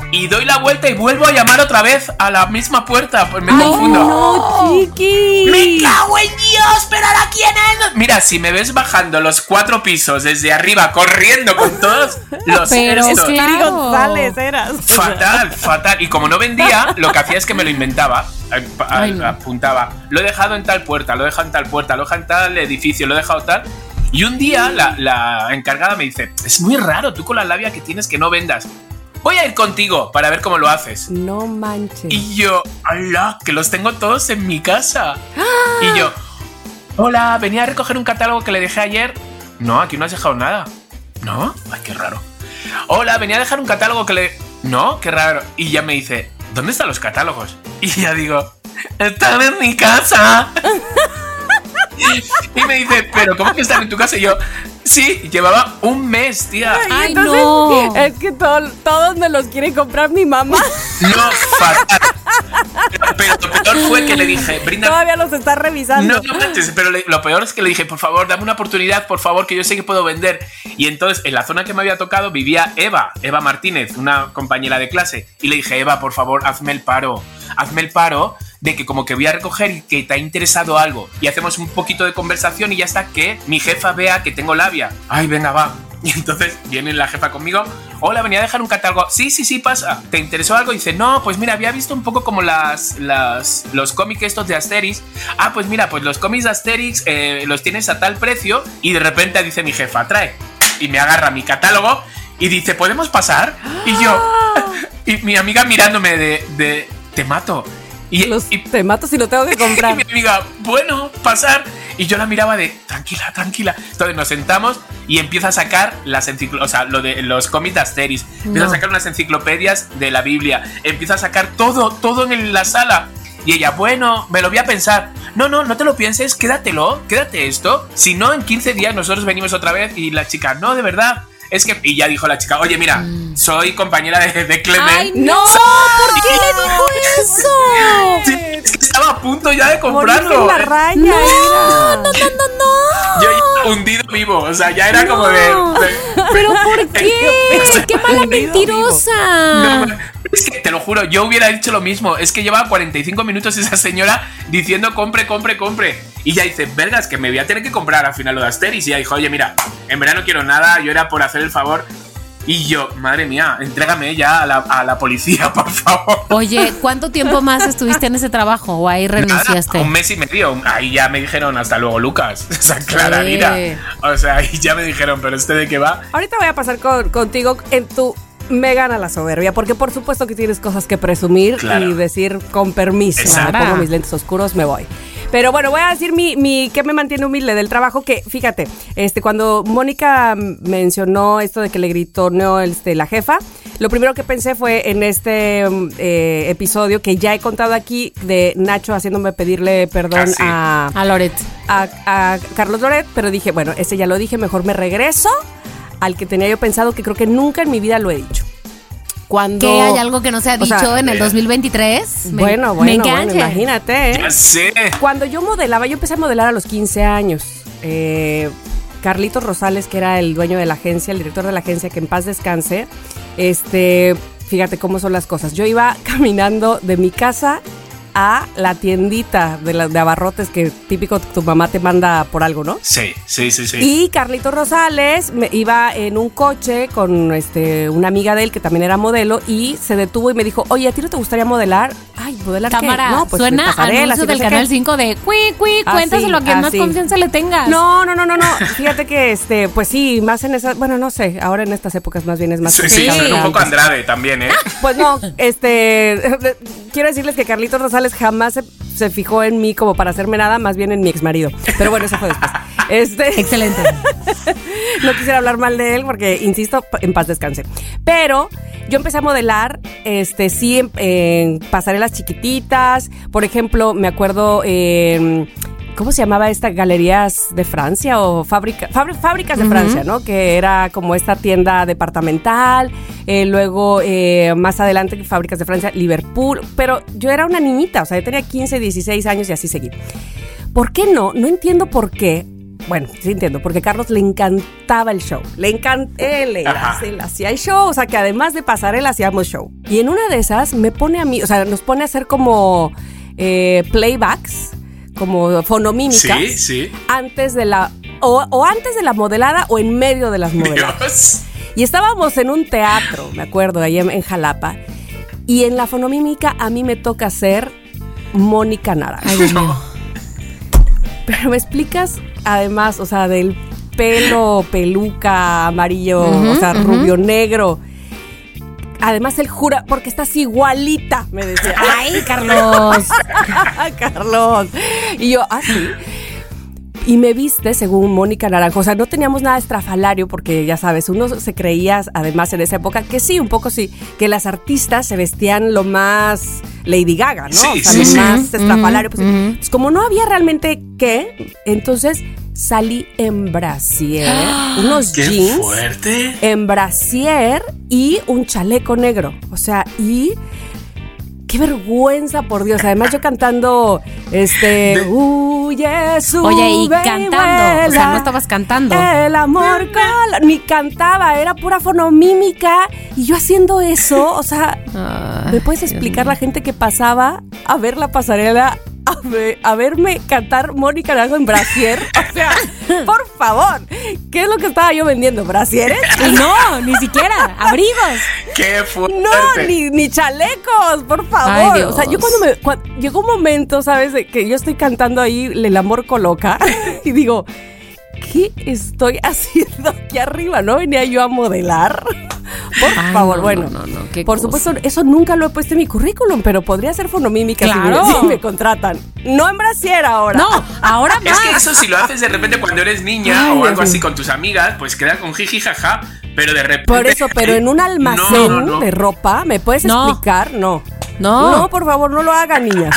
y doy la vuelta y vuelvo a llamar otra vez a la misma puerta. Pues me Ay, confundo. no, chiqui. ¡Me cago en Dios! ¡Pero ahora quién es! Mira, si me ves bajando los cuatro pisos desde arriba, corriendo con todos los Pero estos. es que- Claro. González eras. Fatal, fatal. Y como no vendía, lo que hacía es que me lo inventaba. eh, a- Ay, no. Apuntaba. Lo he dejado en tal puerta, lo he dejado en tal puerta, lo he dejado en tal edificio, lo he dejado tal. Y un día la, la encargada me dice: es muy raro, tú con la labia que tienes que no vendas. Voy a ir contigo para ver cómo lo haces. No manches. Y yo, ¡hala! Que los tengo todos en mi casa. Y yo, hola, venía a recoger un catálogo que le dejé ayer. No, aquí no has dejado nada. ¿No? Ay, qué raro. Hola, venía a dejar un catálogo que le... No, qué raro. Y ya me dice, ¿dónde están los catálogos? Y ya digo, están en mi casa. Y me dice, ¿pero cómo que están en tu casa? Y yo, sí, llevaba un mes, tía. Ay, Entonces, no. Es que to- todos me los quiere comprar mi mamá. No, fatal. Pero, pero lo peor fue que le dije, brinda... Todavía los está revisando. No, no manches, pero le- lo peor es que le dije, por favor, dame una oportunidad, por favor, que yo sé que puedo vender. Y entonces, en la zona que me había tocado vivía Eva, Eva Martínez, una compañera de clase. Y le dije, Eva, por favor, hazme el paro. Hazme el paro de que como que voy a recoger y que te ha interesado algo. Y hacemos un poquito de conversación y ya está, que mi jefa vea que tengo labia. Ay, venga, va. Y entonces viene la jefa conmigo. Hola, venía a dejar un catálogo. Sí, sí, sí, pasa. ¿Te interesó algo? Y dice, no, pues mira, había visto un poco como las, las los cómics estos de Asterix. Ah, pues mira, pues los cómics de Asterix eh, los tienes a tal precio. Y de repente dice mi jefa, trae. Y me agarra mi catálogo y dice, ¿podemos pasar? Y yo, y mi amiga mirándome de, de te mato. Y, Los, y, te mato si lo tengo que y comprar. mi amiga, bueno, pasar. Y yo la miraba de, tranquila, tranquila. Entonces nos sentamos y empieza a sacar las enciclo- o sea, lo de los cómics de Asterix. Empieza No. a sacar unas enciclopedias de la Biblia. Empieza a sacar todo, todo en la sala. Y ella, bueno, me lo voy a pensar. No, no, no te lo pienses, quédatelo, quédate esto. Si no, en quince días nosotros venimos otra vez. Y la chica, no, de verdad. Es que, y ya dijo la chica, oye, mira, Mm. soy compañera de, de Clement. ¡Ay, no! ¿Por qué le dijo eso? Sí, es que estaba a punto ya de Moriste comprarlo. en la raya. No, mira. no, no, no, no. Yo ya hundido vivo, o sea, ya era como de... de- ¿Pero por qué? ¡Qué mala Hundido mentirosa! No, es que te lo juro, yo hubiera dicho lo mismo. Es que llevaba cuarenta y cinco minutos esa señora diciendo compre, compre, compre. Y ya dice, vergas, que me voy a tener que comprar al final lo de Asterix. Y ya dijo, oye, mira, en verdad no quiero nada, yo era por hacer el favor. Y yo, madre mía, entrégame ya a la, a la policía, por favor. Oye, ¿cuánto tiempo más estuviste en ese trabajo o ahí renunciaste? Nada, un mes y medio. Ahí ya me dijeron, hasta luego, Lucas. O sea, clara Sí. vida. O sea, ahí ya me dijeron, pero ¿este de qué va? Ahorita voy a pasar con- contigo en tu me gana la soberbia, porque por supuesto que tienes cosas que presumir Claro. y decir con permiso. Exacto. Me pongo mis lentes oscuros, me voy. Pero bueno, voy a decir mi, mi que me mantiene humilde del trabajo, que fíjate, este cuando Mónica mencionó esto de que le gritó no este, la jefa, lo primero que pensé fue en este eh, episodio que ya he contado aquí de Nacho haciéndome pedirle perdón Ah, sí. a, A Loret. a, a Carlos Loret, pero dije, bueno, ese ya lo dije, mejor me regreso al que tenía yo pensado, que creo que nunca en mi vida lo he dicho. Cuando... ¿Qué hay algo que no se ha o sea, dicho en el eh, dos mil veintitrés? Me- Bueno, me bueno, bueno, engancha. imagínate, ¿eh? Ya sé. Cuando yo modelaba, yo empecé a modelar a los quince años. Eh, Carlitos Rosales, que era el dueño de la agencia, el director de la agencia, que en paz descanse, este, fíjate cómo son las cosas. Yo iba caminando de mi casa a la tiendita de, la, de abarrotes, que típico tu mamá te manda por algo, ¿no? Sí, sí, sí, sí. Y Carlitos Rosales me iba en un coche con este una amiga de él que también era modelo y se detuvo y me dijo, oye, ¿a ti no te gustaría modelar? Ay, ¿modelar Cámara, qué? No, pues suena pasarelas anuncio y no del sé Canal qué. cinco de cui, cui, Así, cuéntaselo a quien más así. confianza le tengas. No, no, no, no, no. Fíjate que este, pues sí, más en esas, bueno, no sé, ahora en estas épocas más bien es más Sí, sí, complicado suena que un poco antes. Andrade también, ¿eh? Pues no, este, quiero decirles que Carlitos Rosales jamás se, se fijó en mí como para hacerme nada, más bien en mi exmarido. Pero bueno, eso fue después. Este, Excelente. no quisiera hablar mal de él porque, insisto, en paz descanse. Pero yo empecé a modelar, este, sí, en, en pasarelas chiquititas. Por ejemplo, me acuerdo, eh, ¿cómo se llamaba esta? Galerías de Francia o fábrica, fabri- fábricas de Ujú. Francia, ¿no? Que era como esta tienda departamental. Eh, luego, eh, más adelante, fábricas de Francia, Liverpool. Pero yo era una niñita, o sea, yo tenía quince, dieciséis años y así seguí. ¿Por qué no? No entiendo por qué. bueno, sí entiendo, porque a Carlos le encantaba el show. Le encantaba, él, él, él hacía el show, o sea, que además de pasarela hacíamos show. Y en una de esas me pone a mí, o sea, nos pone a hacer como eh, playbacks, como fonomímicas. Sí, sí. Antes de la, o, o antes de la modelada o en medio de las modeladas. Dios. Y estábamos en un teatro, me acuerdo, ahí en, en Jalapa. Y en la fonomímica a mí me toca hacer Mónica Naranjo. Ay, Dios mío. Pero me explicas, además, o sea, del pelo, peluca, amarillo, Uh-huh, o sea, uh-huh. rubio, negro. Además, él jura, porque estás igualita, me decía. Ay, Carlos. Carlos. Y yo, ah, sí. Y me viste según Mónica Naranjo. O sea, no teníamos nada estrafalario porque, ya sabes, uno se creía, además, en esa época, que sí, un poco sí, que las artistas se vestían lo más Lady Gaga, ¿no? Sí, o sea, sí, lo sí. más estrafalario. Pues, Mm-hmm. pues como no había realmente qué, entonces salí en brasier, unos ¡Qué jeans, fuerte! en brasier y un chaleco negro. O sea, y... ¡Qué vergüenza, por Dios! Además, yo cantando, este... Huye, sube Oye, y cantando. O sea, vuela, no estabas cantando. el amor con... Ni cantaba, era pura fonomímica. Y yo haciendo eso, o sea... Ay, ¿Me puedes explicar la gente que pasaba a ver la pasarela, a, ver, a verme cantar Mónica Naranjo en brasier? O sea, por favor, ¿qué es lo que estaba yo vendiendo? ¿Brasieres? Y no, ni siquiera. Abrigos. ¡Qué fuerte! No, ni, ni chalecos, por favor. Ay, Dios. O sea, yo cuando me... Cuando, llegó un momento, ¿sabes? De que yo estoy cantando ahí El amor coloca y digo, ¿qué estoy haciendo aquí arriba? ¿No venía yo a modelar? Por Ay, favor, no, bueno. no, no, no, qué por cosa. supuesto, eso nunca lo he puesto en mi currículum, pero podría ser fonomímica si me- Claro. si, me, contratan. No en brasier ahora. No, ahora más. Es que eso si lo haces de repente cuando eres niña Ay, o Dios algo así mío. con tus amigas, pues queda con jiji jaja, pero de repente... Por eso, pero en un almacén No, no, no. de ropa, ¿me puedes No. explicar? No. No. No, por favor, no lo hagan, niñas.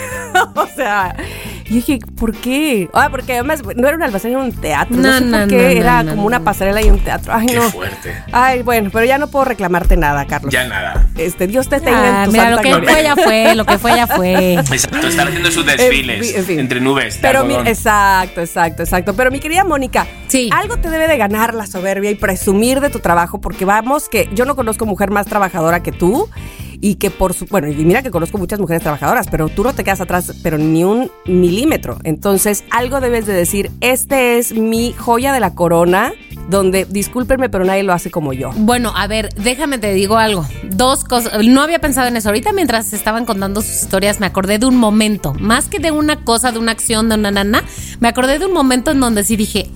O sea, yo dije, ¿por qué? Ah, porque además no era un almacén, era un teatro. No, No, sé no, por qué, no, era no, como no, una no. pasarela y un teatro. Ay, ¡Qué no. fuerte! Ay, bueno, pero ya no puedo reclamarte nada, Carlos. Ya nada. Este, Dios te tenga Ah, en tu mira, santa lo que gloria. fue ya fue, lo que fue ya fue. Exacto, están haciendo sus En desfiles fin, en fin. entre nubes de Pero mi, algodón. exacto, exacto, exacto. Pero mi querida Mónica, Sí. algo te debe de ganar la soberbia y presumir de tu trabajo, porque vamos que yo no conozco mujer más trabajadora que tú y que por su... Bueno, y mira que conozco muchas mujeres trabajadoras, pero tú no te quedas atrás, pero ni un milímetro. Entonces, algo debes de decir, este es mi joya de la corona, donde, discúlpenme, pero nadie lo hace como yo. Bueno, a ver, déjame te digo algo. Dos cosas. No había pensado en eso. Ahorita mientras estaban contando sus historias me acordé de un momento. Más que de una cosa, de una acción, de una nana. Me acordé de un momento en donde sí dije,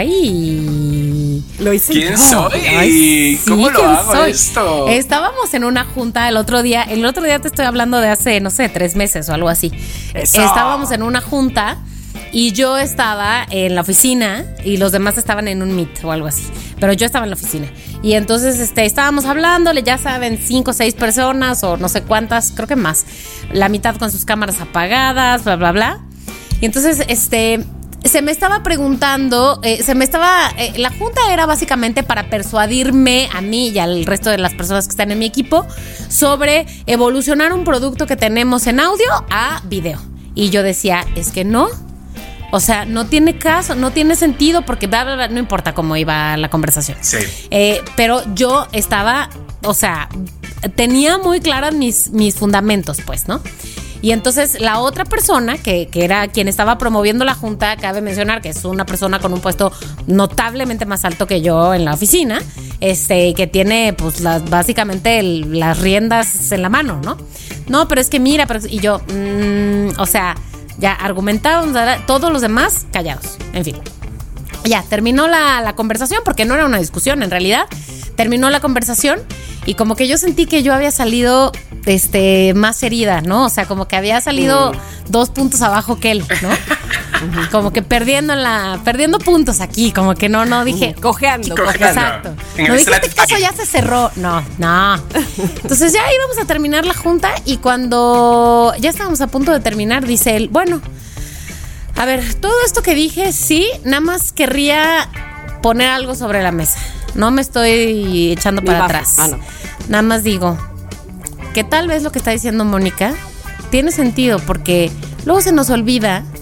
ay... Lo hice ¿Quién yo. soy? Ay, ¿Cómo sí, lo ¿quién hago soy? esto? Estábamos en una junta el otro día. El otro día te estoy hablando de hace, no sé, tres meses o algo así. Eso. Estábamos en una junta y yo estaba en la oficina y los demás estaban en un meet o algo así. Pero yo estaba en la oficina. Y entonces este, estábamos hablándole, ya saben, cinco o seis personas o no sé cuántas, creo que más. La mitad con sus cámaras apagadas, bla, bla, bla. Y entonces, este... se me estaba preguntando, eh, se me estaba, eh, la junta era básicamente para persuadirme a mí y al resto de las personas que están en mi equipo sobre evolucionar un producto que tenemos en audio a video. Y yo decía, es que no, o sea, no tiene caso, no tiene sentido porque bla, bla, bla, no importa cómo iba la conversación. Sí. Eh, pero yo estaba, o sea, tenía muy claras mis, mis fundamentos, pues, ¿no? Y entonces la otra persona, que, que era quien estaba promoviendo la junta, cabe mencionar que es una persona con un puesto notablemente más alto que yo en la oficina, este, que tiene pues las, básicamente el, las riendas en la mano, ¿no? No, pero es que mira, pero, y yo, mmm, o sea, ya argumentábamos, todos los demás callados, en fin. Ya, terminó la, la conversación, porque no era una discusión en realidad. Terminó la conversación y como que yo sentí que yo había salido este, más herida, ¿no? O sea, como que había salido mm. dos puntos abajo que él, ¿no? Como que perdiendo en la, perdiendo puntos aquí, como que no, no dije. Cojeando, cojeando. Exacto. En No el dije, este Stratify. caso ya se cerró. No, no. Entonces ya íbamos a terminar la junta y cuando ya estábamos a punto de terminar, dice él, bueno, a ver, todo esto que dije, sí, nada más querría poner algo sobre la mesa. No me estoy echando para bajo. atrás. Ah, no. Nada más digo que tal vez lo que está diciendo Mónica tiene sentido porque luego se nos olvida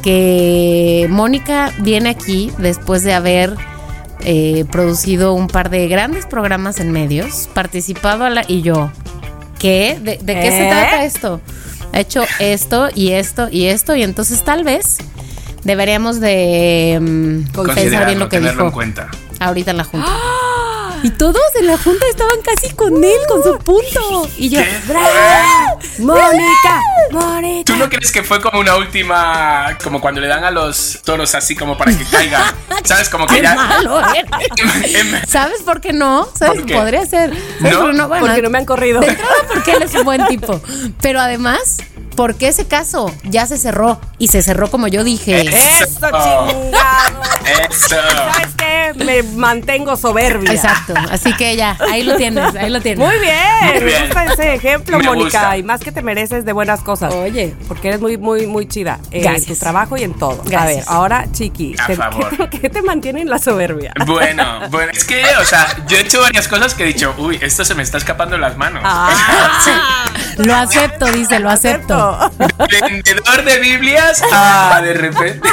que Mónica viene aquí después de haber eh, producido un par de grandes programas en medios, participado a la, y yo, ¿qué? ¿De, de qué ¿Eh? se trata esto? Ha hecho esto y esto y esto, y entonces tal vez deberíamos de um, pensar bien lo que dijo en cuenta. Ahorita en la junta. ¡Ah! Y todos en la junta estaban casi con él, con su punto. Y yo, ¡bravo! ¡Mónica! ¡Mónica! ¿Tú no crees que fue como una última, como cuando le dan a los toros así como para que caigan? ¿Sabes? Como que ¡Qué ya... malo, eh! ¿Sabes por qué no? ¿Sabes? ¿Por qué? Podría ser. ¿No? no bueno, porque no me han corrido. De entrada porque él es un buen tipo. Pero además, porque ese caso ya se cerró. Y se cerró como yo dije. ¡Eso, chingado! ¡Eso! ¿Sabes qué? Me mantengo soberbia. Exacto. Así que ya, ahí lo tienes, ahí lo tienes. Muy bien. Muy Me bien. gusta ese ejemplo, Me Mónica. gusta. Y más que te mereces de buenas cosas. Oye. Porque eres muy, muy, muy chida. En Gracias. tu trabajo y en todo. Gracias. A ver, ahora, Chiqui. A ¿qué, favor. ¿qué, te, ¿Qué te mantiene en la soberbia? Bueno, bueno, es que, o sea, yo he hecho varias cosas que he dicho, uy, esto se me está escapando de las manos. Ah, Lo acepto, dice, lo acepto. Vendedor de Biblias, ah, de repente.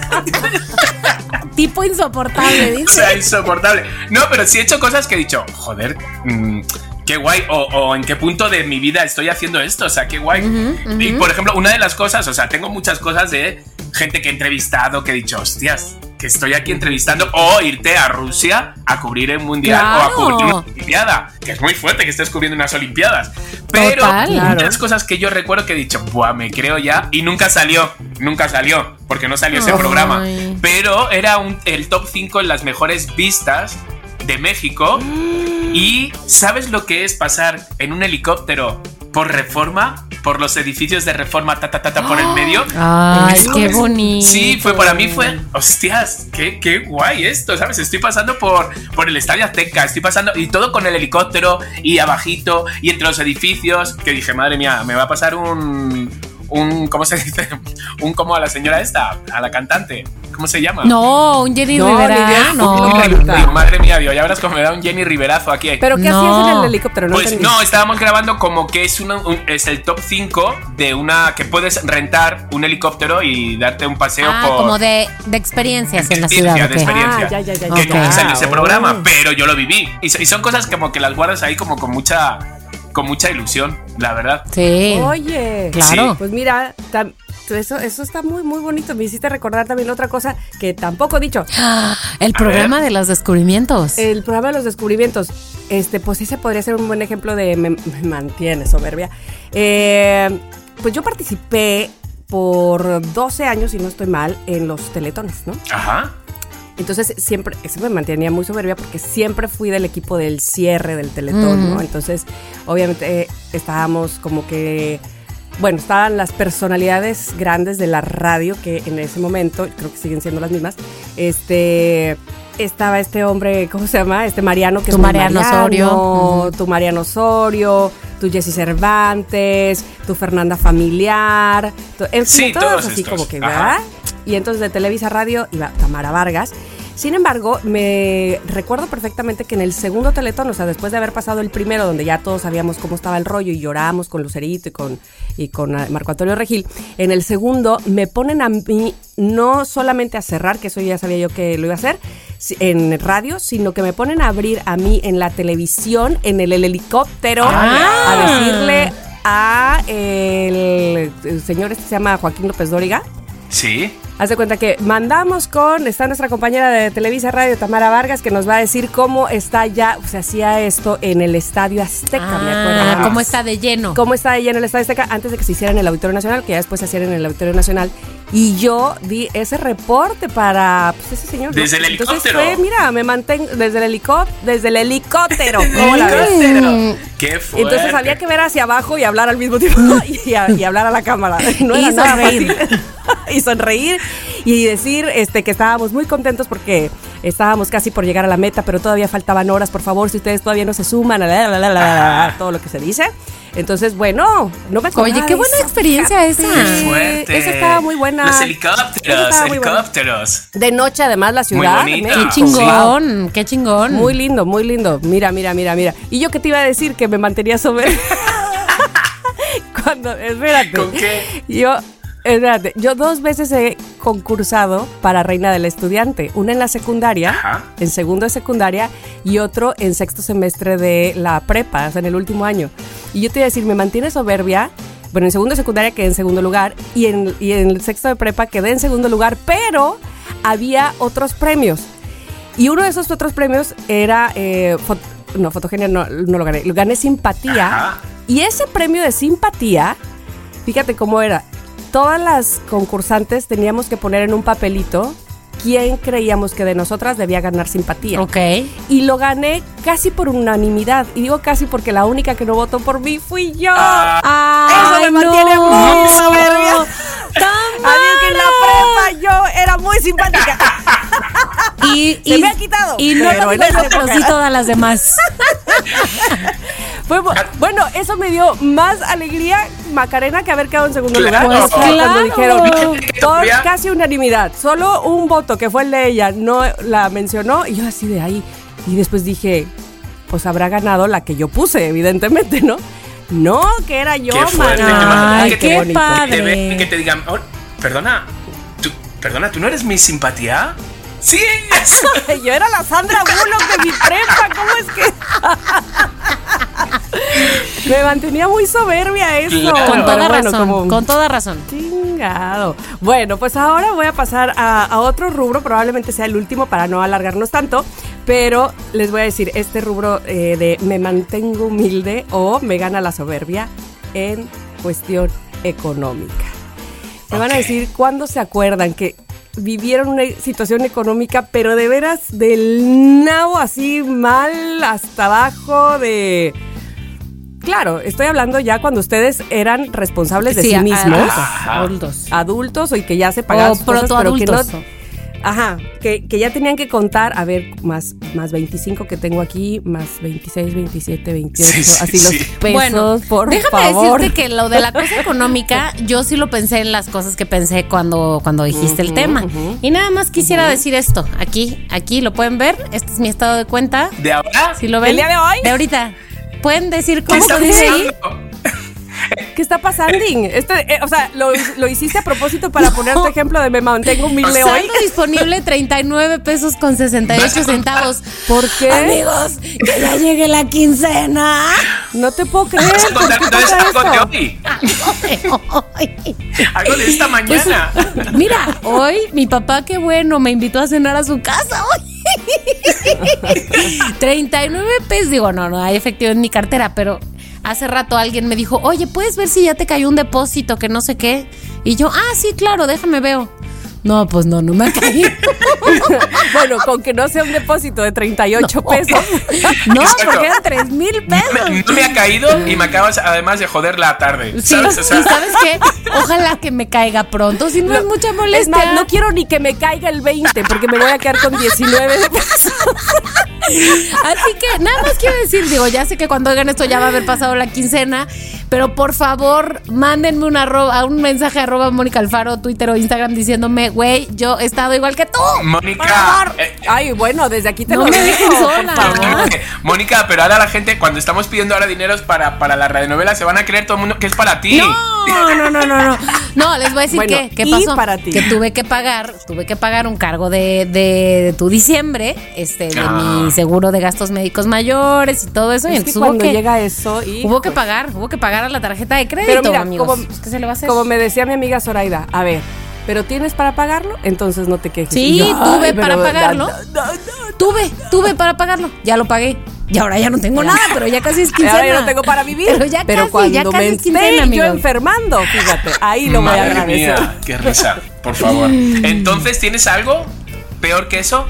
Tipo insoportable, O dice. sea, insoportable. No, pero sí he hecho cosas que he dicho, joder, mmm, qué guay, o, o en qué punto de mi vida estoy haciendo esto, o sea, qué guay. Uh-huh, uh-huh. Y por ejemplo, una de las cosas, o sea, tengo muchas cosas de gente que he entrevistado que he dicho, hostias, que estoy aquí entrevistando, o irte a Rusia a cubrir el mundial, Claro. o a cubrir una olimpiada, que es muy fuerte que estés cubriendo unas olimpiadas. Pero Total, una claro. de las cosas que yo recuerdo que he dicho, buah, me creo ya, y nunca salió, nunca salió, porque no salió ese Ay. programa. Pero era un, el top cinco en las mejores vistas de México. Y ¿sabes lo que es pasar en un helicóptero por Reforma? Por los edificios de Reforma, ta, ta, ta, ta, por el medio. Ay, ¿Sabes? qué bonito. Sí, fue para mí fue, hostias, qué, qué guay esto, ¿sabes? Estoy pasando por, por el Estadio Azteca, estoy pasando, y todo con el helicóptero, y abajito, y entre los edificios, que dije, madre mía, me va a pasar un... un ¿cómo se dice? Un como a la señora esta, a la cantante. ¿Cómo se llama? No, un Jenny No, Rivera. ni idea. No, Un Jenny- Mónica. Uy, madre mía, Dios, ya verás cómo me da un Jenny Riverazo aquí. ¿Pero qué No. hacías en el helicóptero? No Pues entendí. no, estábamos grabando como que es, una, un- es el top cinco de una que puedes rentar un helicóptero y darte un paseo Ah, por... como de, de experiencias en la experiencia, ciudad. de ¿ok? experiencia. Ah, ya, ya, ya, Que ya. nunca Ok. salió ese Ah, programa, oh. pero yo lo viví. Y, so- y son cosas como que las guardas ahí como con mucha, con mucha ilusión, la verdad. Sí. Oye, Claro. Sí. Pues mira, tam- eso, eso está muy, muy bonito. Me hiciste recordar también otra cosa que tampoco he dicho. El programa de los descubrimientos. El programa de los descubrimientos. Este, pues ese podría ser un buen ejemplo de me, me mantiene soberbia. Eh, pues yo participé por doce años, si no estoy mal, en los teletones, ¿no? Ajá. Entonces siempre, eso me mantenía muy soberbia porque siempre fui del equipo del cierre del Teletón, Mm. ¿no? Entonces, obviamente eh, estábamos como que, bueno, estaban las personalidades grandes de la radio que en ese momento, creo que siguen siendo las mismas, este... Estaba este hombre, ¿cómo se llama? Este Mariano, que Tu es muy Mariano Osorio. Ujú. tu Mariano Osorio, tu Jessy Cervantes, tu Fernanda Familiar, tu- en fin, Sí, todos, todos así estos. como que, Ajá. ¿verdad? Y entonces de Televisa Radio iba Tamara Vargas. Sin embargo, me recuerdo perfectamente que en el segundo Teletón, o sea, después de haber pasado el primero, donde ya todos sabíamos cómo estaba el rollo y lloramos con Lucerito y con, y con ah, Marco Antonio Regil, en el segundo me ponen a mí no solamente a cerrar, que eso ya sabía yo que lo iba a hacer, si- en radio, sino que me ponen a abrir a mí en la televisión, en el, el helicóptero, Ah. a decirle a el, el señor este que se llama Joaquín López Dóriga. Sí. Haz de cuenta que mandamos con, está nuestra compañera de Televisa Radio, Tamara Vargas, que nos va a decir cómo está ya, se hacía esto en el Estadio Azteca, me acuerdo. Ah, cómo está de lleno. Cómo está ella en el Estadio Azteca antes de que se hiciera en el Auditorio Nacional, que ya después se hacían en el Auditorio Nacional. Y yo di ese reporte para pues, ese señor. Desde el Entonces helicóptero. fue, mira, me mantengo desde el helicóptero, desde el helicóptero. ¿Cómo la ves? Helicóptero. Qué fuerte. Entonces había que ver hacia abajo y hablar al mismo tiempo y, a- y hablar a la cámara. No Y era nada sonreír. fácil. Y sonreír y decir este, que estábamos muy contentos porque estábamos casi por llegar a la meta, pero todavía faltaban horas. Por favor, si ustedes todavía no se suman, la, la, la, la, la, la, todo lo que se dice. Entonces, bueno, no me acordaba Oye, qué de buena eso, experiencia fíjate. esa. Qué fuerte. Esa estaba muy buena. Los Esa helicópteros, estaba muy buena. helicópteros. De noche, además, la ciudad. bonita. México. Qué chingón, qué chingón. Muy lindo, muy lindo. Mira, mira, mira, mira. Y yo que te iba a decir que me mantenía sobre. Cuando, espérate. ¿Con qué? Yo, Espérate, yo dos veces he concursado para Reina del Estudiante. Una en la secundaria, Ajá. en segundo de secundaria, y otro en sexto semestre de la prepa, o sea, en el último año. Y yo te iba a decir, me mantiene soberbia. Bueno, en segundo de secundaria quedé en segundo lugar y en, y en el sexto de prepa quedé en segundo lugar, pero había otros premios. Y uno de esos otros premios era, eh, fo- no, fotogenia no, no lo gané, lo gané simpatía. Ajá. Y ese premio de simpatía, fíjate cómo era, todas las concursantes teníamos que poner en un papelito quién creíamos que de nosotras debía ganar simpatía. Ok. Y lo gané casi por unanimidad. Y digo casi porque la única que no votó por mí fui yo. ¡Ay, Eso me mantiene no! muy soberbia. ¡Tan Así que en la mala! prepa yo era muy simpática. Y, Se y- me ha quitado. Y no Pero lo en digo esa yo, pero época. sí todas las demás. Fue, bu- bueno, eso me dio más alegría, Macarena, que haber quedado en segundo Claro. lugar. Pues Cuando claro. dijeron, todo- Había- casi unanimidad, solo un voto que fue el de ella, no la mencionó, y yo así de ahí. Y después dije, pues habrá ganado la que yo puse, evidentemente, ¿no? No, que era yo, Qué fuerte, mana. qué mal- Ay, que qué te- bonito. padre. Que te ven y que te digan, "Oh, perdona, ¿tú, perdona, ¿tú no eres mi simpatía? Sí, eso. Yo era la Sandra Bullock de mi prepa, ¿cómo es que? Me mantenía muy soberbia eso. Claro. Con Pero toda bueno, razón, como- con toda razón. Chingado. Bueno, pues ahora voy a pasar a, a otro rubro, probablemente sea el último para no alargarnos tanto, pero les voy a decir, este rubro eh, de me mantengo humilde o me gana la soberbia en cuestión económica. Me van a Ok. decir, ¿cuándo se acuerdan que vivieron una situación económica, pero de veras del nabo así mal hasta abajo de... Claro, estoy hablando ya cuando ustedes eran responsables de sí, a- mismos, adultos, Ajá. adultos. adultos, y que ya se pagaban O sus cosas, pero que no... protoadultos. Ajá, que, que ya tenían que contar, a ver, más, más veinticinco que tengo aquí, más veintiséis, veintisiete, veintiocho, Sí, sí, así los sí. pesos, Bueno, por déjame favor. decirte que lo de la cosa económica, yo sí lo pensé en las cosas que pensé cuando, cuando dijiste el Ujú, tema. ujú. Y nada más quisiera decir esto. Aquí, aquí lo pueden ver. Este es mi estado de cuenta. ¿De ahora? Si lo ven. ¿El día de hoy? De ahorita. Pueden decir ¿Qué cómo está se dice ahí. pasando? ¿Qué está pasando? Este, eh, o sea, lo, lo hiciste a propósito para poner tu ejemplo de me mantengo humilde hoy. Saldo disponible treinta y nueve pesos con sesenta y ocho centavos. ¿Por qué? Amigos, que ya llegue la quincena. No te puedo creer. ¿Vas a ¿Por qué contar entonces pasa algo de esto? hoy? Ay. Algo de esta Pues, mañana. mira, hoy mi papá, qué bueno, me invitó a cenar a su casa hoy. treinta y nueve pesos. Digo, no, no hay efectivo en mi cartera, pero hace rato alguien me dijo, oye, ¿puedes ver si ya te cayó un depósito que no sé qué? Y yo, ah, sí, claro, déjame veo. No, pues no, no me ha caído. Bueno, con que no sea un depósito de treinta y ocho No. pesos. No, Exacto. porque eran tres mil pesos. Me- no me ha caído y me acabas además de joder la tarde. Sí, ¿Sabes? O sea, y ¿sabes qué? Ojalá que me caiga pronto, si no, es mucha Es molestia. más, no quiero ni que me caiga el veinte porque me voy a quedar con diecinueve de pesos. Así que nada más quiero decir, digo, ya sé que cuando oigan esto ya va a haber pasado la quincena, pero por favor, mándenme un, arroba, un mensaje a arroba Mónica Alfaro, Twitter o Instagram diciéndome, güey, yo he estado igual que tú. Mónica. eh, Ay, bueno, desde aquí te No lo me digo, dejen por sola. favor. Mónica, pero ahora la gente, cuando estamos pidiendo ahora dineros para, para la radionovela, se van a creer todo el mundo que es para ti. No, no, no, no, no. No, les voy a decir Bueno, que, ¿qué y pasó? para ti. Que tuve que pagar, tuve que pagar un cargo de, de, de tu diciembre, este, de Ah. mi seguro de gastos médicos mayores y todo eso. y Es que entonces hubo cuando que, llega eso y hubo que pagar, hubo que pagar a la tarjeta de crédito, Pero mira, amigos. como, ¿Qué se le va a hacer? como me decía mi amiga Zoraida, a ver, ¿pero tienes para pagarlo? Entonces no te quejes. Sí, Y yo, tuve "Ay, para pero pagarlo. da- da- da- Tuve, tuve para pagarlo. Ya lo pagué. Y ahora ya no tengo nada, pero ya casi es Y quincena. ahora yo no tengo para vivir. Pero ya casi, cuando ya casi me es esté quincena, yo amigos. enfermando, fíjate, ahí lo voy a Madre agradecer. mía, qué risa, por favor. Entonces, ¿tienes algo peor que eso?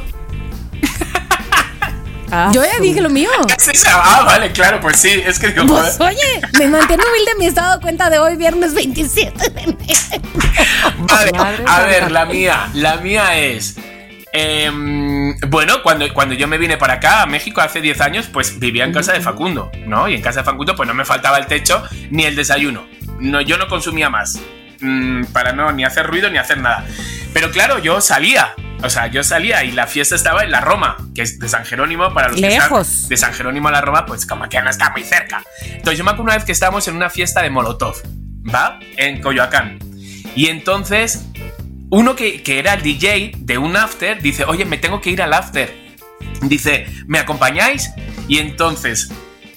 Ah, Yo ya dije lo mío. ¿Qué es esa? Ah, vale, claro, pues sí, es que digo, Pues joder. oye, me mantiene humilde mi estado de cuenta de hoy, viernes veintisiete de enero. Vale, Madre a santa. ver, la mía, la mía es. em, bueno, cuando, cuando yo me vine para acá, a México, hace diez años, pues vivía en casa de Facundo, ¿no? Y en casa de Facundo, pues no me faltaba el techo ni el desayuno. No, yo no consumía más. mm, para no ni hacer ruido ni hacer nada. Pero claro, yo salía. O sea, yo salía y la fiesta estaba en la Roma, que es de San Jerónimo, para los que Lejos. están de San Jerónimo a la Roma, pues como que no está muy cerca. Entonces yo me acuerdo una vez que estábamos en una fiesta de Molotov, ¿va? En Coyoacán. Y entonces, uno que, que era el D J de un after dice, oye, me tengo que ir al after. Dice, ¿me acompañáis? Y entonces,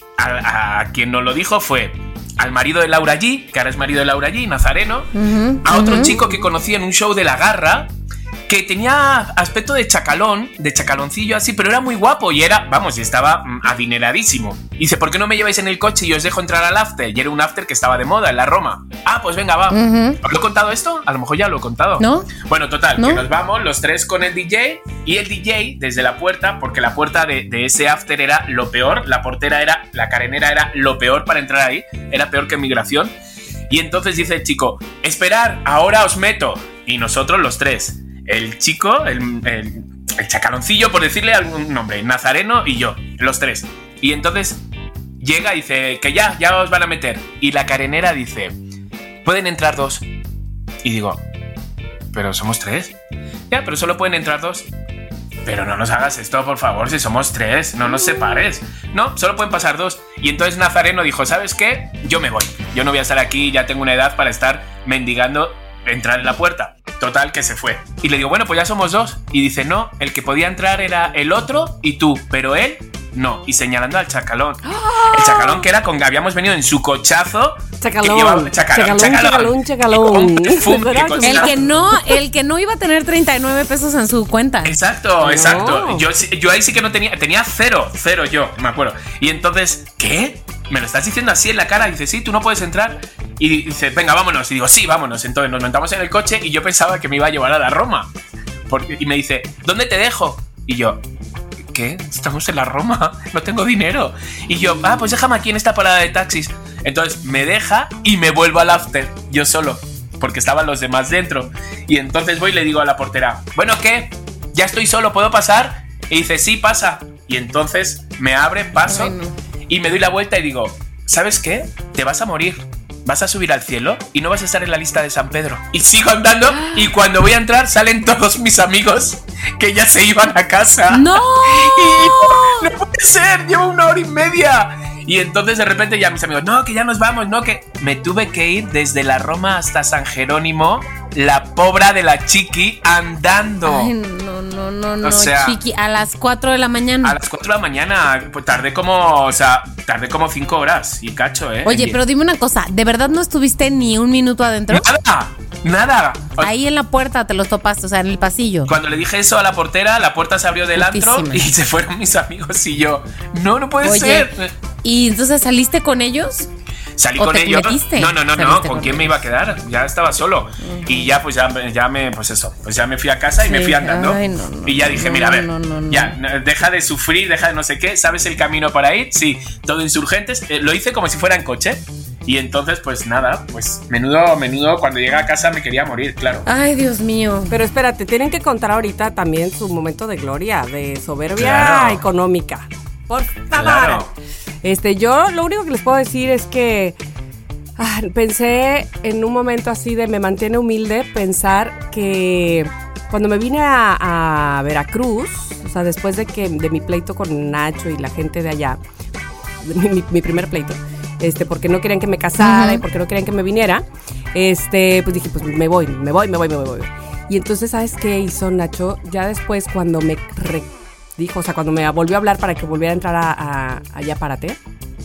a, a quien nos lo dijo fue al marido de Laura G, que ahora es marido de Laura G, Nazareno, uh-huh, a otro uh-huh. chico que conocí en un show de La Garra, que tenía aspecto de chacalón, de chacaloncillo así, pero era muy guapo y era, vamos, y estaba mm, adineradísimo. Y dice, ¿por qué no me lleváis en el coche y os dejo entrar al after? Y era un after que estaba de moda en la Roma. Ah, pues venga, va. Uh-huh. ¿Os lo he contado esto? A lo mejor ya lo he contado. ¿No? Bueno, total, ¿No? que nos vamos los tres con el D J y el D J desde la puerta, porque la puerta de, de ese after era lo peor, la portera era, la carenera era lo peor para entrar ahí, era peor que migración. Y entonces dice el chico, esperar, ahora os meto. Y nosotros los tres. El chico, el, el, el chacaloncillo, por decirle algún nombre, Nazareno y yo, los tres. Y entonces llega y dice que ya, ya os van a meter. Y la carenera dice, pueden entrar dos. Y digo, ¿pero somos tres? Ya, pero solo pueden entrar dos. Pero no nos hagas esto, por favor, si somos tres, no nos separes. No, solo pueden pasar dos. Y entonces Nazareno dijo, ¿sabes qué? Yo me voy. Yo no voy a estar aquí, ya tengo una edad para estar mendigando entrar en la puerta. Total, que se fue. Y le digo, bueno, pues ya somos dos. Y dice, no, el que podía entrar era el otro y tú, pero él no. Y señalando al chacalón. ¡Oh! El chacalón que era con que habíamos venido en su cochazo. Chacalón. Que llevaba, chacalón, chacalón, chacalón, chacalón. chacalón. El que no, el que no iba a tener treinta y nueve pesos en su cuenta. Exacto, no. exacto. Yo, yo ahí sí que no tenía, tenía cero, cero yo, me acuerdo. Y entonces, ¿qué? ¿Me lo estás diciendo así en la cara? Y dice, sí, tú no puedes entrar. Y dice, venga, vámonos. Y digo, sí, vámonos. Entonces nos montamos en el coche y yo pensaba que me iba a llevar a la Roma. Porque, y me dice, ¿dónde te dejo? Y yo, ¿qué? Estamos en la Roma, no tengo dinero. Y yo, ah, pues déjame aquí en esta parada de taxis. Entonces me deja y me vuelvo al after, yo solo, porque estaban los demás dentro. Y entonces voy y le digo a la portera, bueno, ¿qué? ¿Ya estoy solo? ¿Puedo pasar? Y dice, sí, pasa. Y entonces me abre, paso. Ay, no. Y me doy la vuelta y digo, ¿sabes qué? Te vas a morir. Vas a subir al cielo y no vas a estar en la lista de San Pedro. Y sigo andando y cuando voy a entrar salen todos mis amigos que ya se iban a casa. ¡No! Y no puede ser, llevo una hora y media. Y entonces de repente ya mis amigos, no, que ya nos vamos, no, que... Me tuve que ir desde la Roma hasta San Jerónimo, la pobra de la Chiqui, andando. Ay, no, no, no, no, o sea, Chiqui, a las cuatro de la mañana. A las cuatro de la mañana, pues tardé como, o sea, tardé como cinco horas y cacho, ¿eh? Oye, pero dime una cosa, ¿de verdad no estuviste ni un minuto adentro? Nada, nada. Ahí en la puerta te los topaste, o sea, en el pasillo. Cuando le dije eso a la portera, la puerta se abrió del Putísima. antro y se fueron mis amigos y yo, no, no puede Oye, ser. ¿Y entonces saliste con ellos? Salí ¿O con te ellos. metiste? No, no, no, no. ¿Con, ¿Con quién me iba a quedar? Ya estaba solo. Uh-huh. Y ya, pues ya, ya me, pues eso, pues ya me fui a casa y sí. me fui andando. Ay, no, no, y ya dije, no, mira, a ver, no, no, no, ya, deja de sufrir, deja de no sé qué. ¿Sabes el camino para ir? Sí, todo Insurgentes. Eh, lo hice como si fuera en coche. Y entonces, pues nada, pues menudo, menudo, cuando llegué a casa me quería morir, claro. Ay, Dios mío. Pero espérate, tienen que contar ahorita también su momento de gloria, de soberbia claro. económica. Por favor. Claro. Este, yo lo único que les puedo decir es que ah, pensé en un momento así de me mantiene humilde, pensar que cuando me vine a, a Veracruz, o sea, después de que de mi pleito con Nacho y la gente de allá, mi, mi, mi primer pleito, este, porque no querían que me casara uh-huh. y porque no querían que me viniera, este, pues dije, pues me voy, me voy, me voy, me voy. Y entonces, ¿sabes qué hizo Nacho? Ya después cuando me re- dijo, o sea, cuando me volvió a hablar para que volviera a entrar a, a, a Yaparate,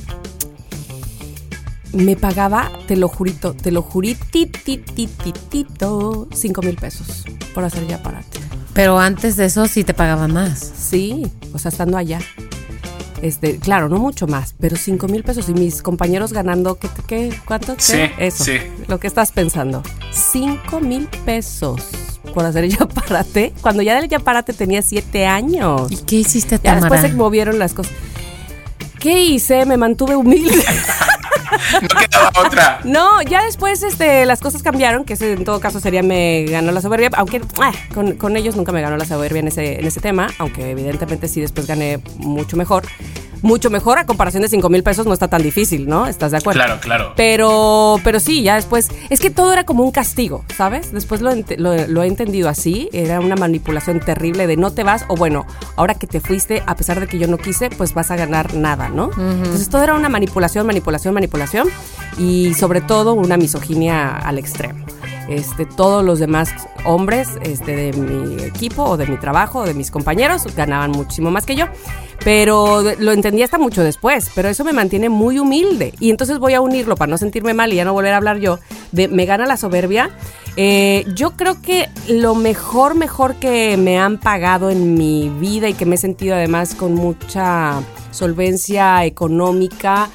me pagaba, te lo jurito, te lo jurititititito, cinco mil pesos por hacer Yaparate. Pero antes de eso sí te pagaba más. Sí, o sea, estando allá. Este, claro, no mucho más, pero cinco mil pesos. Y mis compañeros ganando, ¿qué? qué ¿Cuánto? ¿Qué? Sí, eso, sí. Lo que estás pensando. Cinco mil pesos por hacer el Yaparate, cuando ya del Yaparate tenía siete años. ¿Y qué hiciste, Tamara? Ya después se movieron las cosas. ¿Qué hice? Me mantuve humilde. No quedaba otra. No, ya después este, las cosas cambiaron, que ese, en todo caso sería me ganó la soberbia, aunque eh, con, con ellos nunca me ganó la soberbia en ese, en ese tema, aunque evidentemente sí después gané mucho mejor. Mucho mejor a comparación de cinco mil pesos, no está tan difícil, ¿no? ¿Estás de acuerdo? Claro, claro. Pero, pero sí, ya después, es que todo era como un castigo, ¿sabes? Después lo, lo, lo he entendido así, era una manipulación terrible de no te vas, o bueno, ahora que te fuiste, a pesar de que yo no quise, pues vas a ganar nada, ¿no? Uh-huh. Entonces todo era una manipulación, manipulación, manipulación, y sobre todo una misoginia al extremo. este, todos los demás hombres este, de mi equipo o de mi trabajo o de mis compañeros ganaban muchísimo más que yo. Pero lo entendí hasta mucho después, pero eso me mantiene muy humilde. Y entonces voy a unirlo para no sentirme mal y ya no volver a hablar yo. De, me gana la soberbia. Eh, yo creo que lo mejor, mejor que me han pagado en mi vida y que me he sentido además con mucha solvencia económica.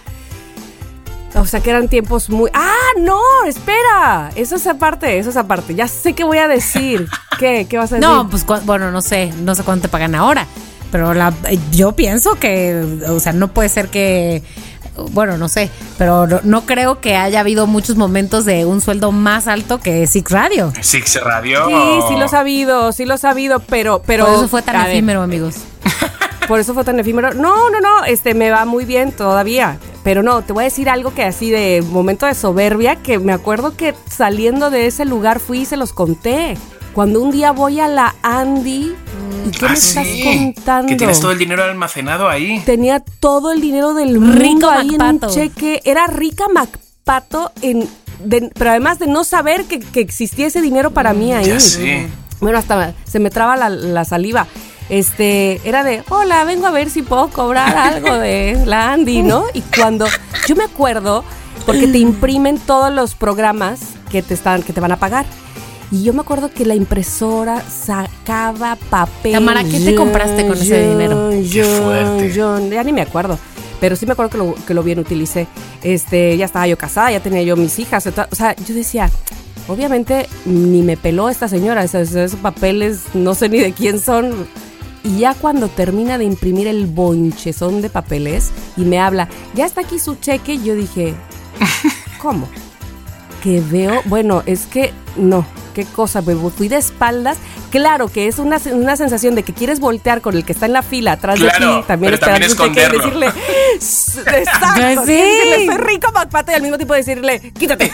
O sea, que eran tiempos muy... ¡Ah, no! ¡Espera! Eso es aparte, eso es aparte. Ya sé qué voy a decir. ¿Qué? ¿Qué vas a decir? No, pues, cu- bueno, no sé. No sé cuánto te pagan ahora. Pero la, yo pienso que, o sea, no puede ser que... Bueno, no sé. Pero no, no creo que haya habido muchos momentos de un sueldo más alto que Six Radio. Six Radio. Sí, sí lo he sabido, sí lo he sabido, pero... pero Por eso fue tan a ver, efímero, amigos. Por eso fue tan efímero. No, no, no, este, me va muy bien todavía. Pero no, te voy a decir algo que así de momento de soberbia, que me acuerdo que saliendo de ese lugar fui y se los conté. Cuando un día voy a la Andy, ¿y qué Ah, me sí. estás contando? Que tienes todo el dinero almacenado ahí. Tenía todo el dinero del mundo Rico ahí Macpato. en un cheque. Era rica Macpato, en, de, pero además de no saber que, que existía ese dinero para mí ahí. Ya sé. Bueno, hasta se me traba la, la saliva. Este, era de, hola, vengo a ver si puedo cobrar algo de la Andy, ¿no? Y cuando, yo me acuerdo, porque te imprimen todos los programas que te están, que te van a pagar. Y yo me acuerdo que la impresora sacaba papel. Tamara, ¿qué te compraste con ese dinero? Qué fuerte. Yo, ya ni me acuerdo. Pero sí me acuerdo que lo, que lo bien utilicé. Este, ya estaba yo casada, ya tenía yo mis hijas. O sea, yo decía, obviamente ni me peló esta señora. Esos, esos papeles no sé ni de quién son. Y ya cuando termina de imprimir el bonchezón de papeles y me habla, ya está aquí su cheque, yo dije, ¿cómo? Que veo, bueno, es que no, qué cosa, me fui de espaldas. Claro que es una, una sensación de que quieres voltear con el que está en la fila atrás Claro, de ti, también pero esperando también un cheque y esconderlo. decirle, exacto, Sí. decirle, soy rico Macpato y al mismo tiempo decirle, quítate.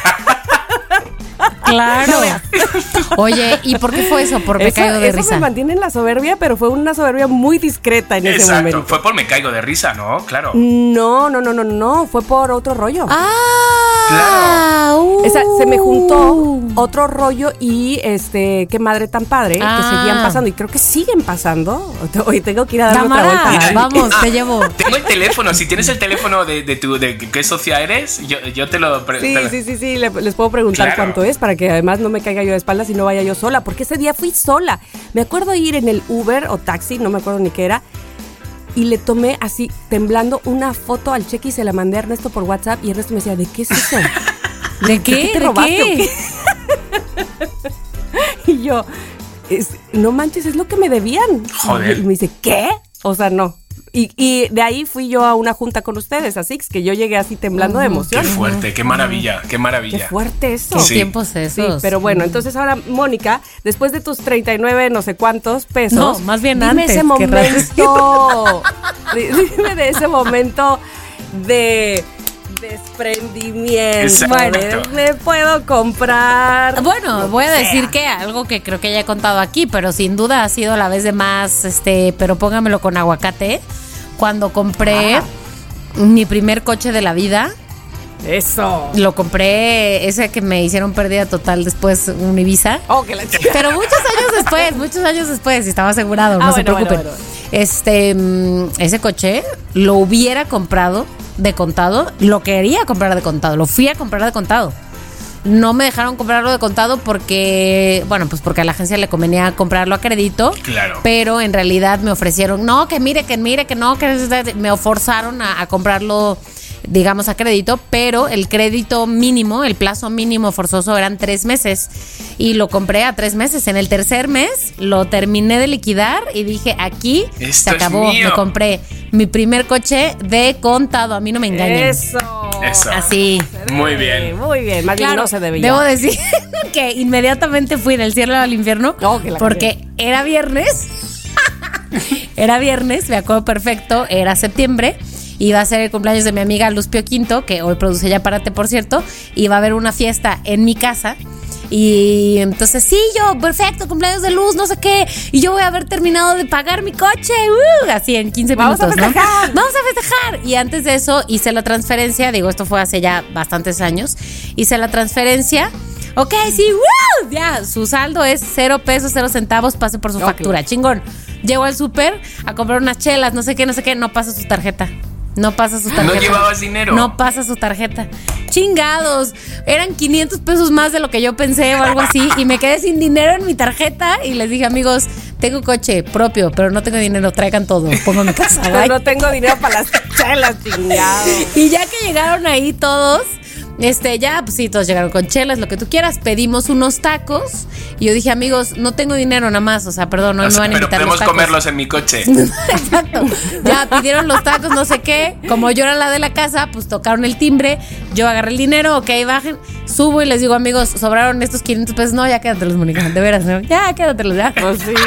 Claro. Oye, ¿y por qué fue eso? Por me Eso, caigo de eso risa. me mantiene en la soberbia, pero fue una soberbia muy discreta en ese Exacto. momento. Fue por me caigo de risa, ¿no? Claro. No, no, no, no, no, fue por otro rollo. Ah, uh. Esa, se me juntó otro rollo y este, qué madre tan padre, Ah. que seguían pasando y creo que siguen pasando. Hoy tengo que ir a dar otra Tamara, vuelta. vamos, Ah, te llevo. Tengo el teléfono. Si tienes el teléfono de, de tu de qué socia eres, yo, yo te lo pre- Sí, te lo- sí, sí, sí, le- les puedo preguntar Claro. cuánto es para que además no me caiga yo de espaldas y no vaya yo sola, porque ese día fui sola. Me acuerdo ir en el Uber o taxi, no me acuerdo ni qué era, y le tomé así, temblando, una foto al cheque y se la mandé a Ernesto por WhatsApp y Ernesto me decía, ¿de qué es eso? ¿De qué? te ¿De robaste qué? Y yo, es- no manches, es lo que me debían. Joder. Y me dice, ¿qué? O sea, no. Y, y de ahí fui yo a una junta con ustedes, a Six, que yo llegué así temblando de Qué emoción. fuerte, qué maravilla, qué Qué maravilla. fuerte eso. ¿Qué Sí. tiempos Sí, esos? pero bueno, entonces ahora, Mónica, después de tus treinta y nueve no sé cuántos pesos. No, más bien dime antes, ese qué momento. Di- Dime de ese momento de desprendimiento. Exacto. Bueno, me puedo comprar. Bueno, lo voy a que decir sea. que algo que creo que ya he contado aquí, pero sin duda ha sido la vez de más, este, pero póngamelo con aguacate, cuando compré Ah. mi primer coche de la vida. Eso. Lo compré, ese que me hicieron pérdida total después, un Ibiza. Oh, que la chica. Pero muchos años después, muchos años después, y estaba asegurado, no Ah, se bueno, bueno, preocupen. bueno. Este, mm, ese coche lo hubiera comprado de contado, lo quería comprar de contado, lo fui a comprar de contado. No me dejaron comprarlo de contado porque, bueno, pues porque a la agencia le convenía comprarlo a crédito. Claro. Pero en realidad me ofrecieron, no, que mire, que mire, que no, que me forzaron a, a comprarlo, digamos, a crédito, pero el crédito mínimo, el plazo mínimo forzoso eran tres meses y lo compré a tres meses. En el tercer mes lo terminé de liquidar y dije, aquí Esto se es acabó, mío. me compré mi primer coche de contado, a mí no me engañan. Eso. Eso. Así. Muy bien. Muy bien, más bien Claro, no se debía. debo decir que inmediatamente fui del cielo al infierno Oh, que la porque era viernes. Era viernes, me acuerdo perfecto, era septiembre. Iba a ser el cumpleaños de mi amiga Luz Pio Quinto, que hoy produce Ya Párate, por cierto. Iba a haber una fiesta en mi casa. Y entonces, sí, yo, perfecto, cumpleaños de Luz, no sé qué. Y yo voy a haber terminado de pagar mi coche. Uh, así en quince Vamos a minutos, ¿no? festejar. Vamos a festejar. Y antes de eso hice la transferencia, digo, esto fue hace ya bastantes años. Hice la transferencia Ok, sí, ¡woo! Ya, su saldo es cero pesos, cero centavos, pase por su Okay. factura. Chingón. Llego al súper a comprar unas chelas, no sé qué, no sé qué, no pasa su tarjeta. No pasa su tarjeta. ¿No llevabas dinero? No pasa su tarjeta. Chingados. Eran quinientos pesos más de lo que yo pensé o algo así. Y me quedé sin dinero en mi tarjeta. Y les dije, amigos, tengo coche propio, pero no tengo dinero. Traigan todo. Pongo en mi casa. Pues no tengo dinero para las chelas, chingados. Y ya que llegaron ahí todos, este, ya, pues sí, todos llegaron con chelas, lo que tú quieras. Pedimos unos tacos. Y yo dije, amigos, no tengo dinero nada más. O sea, perdón, no O me sea, van a pero invitar podemos los tacos. comerlos en mi coche. Exacto. Ya pidieron los tacos, no sé qué. Como yo era la de la casa, pues tocaron el timbre. Yo agarré el dinero, ok, bajen. Subo y les digo, amigos, sobraron estos quinientos pesos. No, ya quédatelos, Mónica. De veras, ¿no? Ya, quédatelos, ya. Pues sí.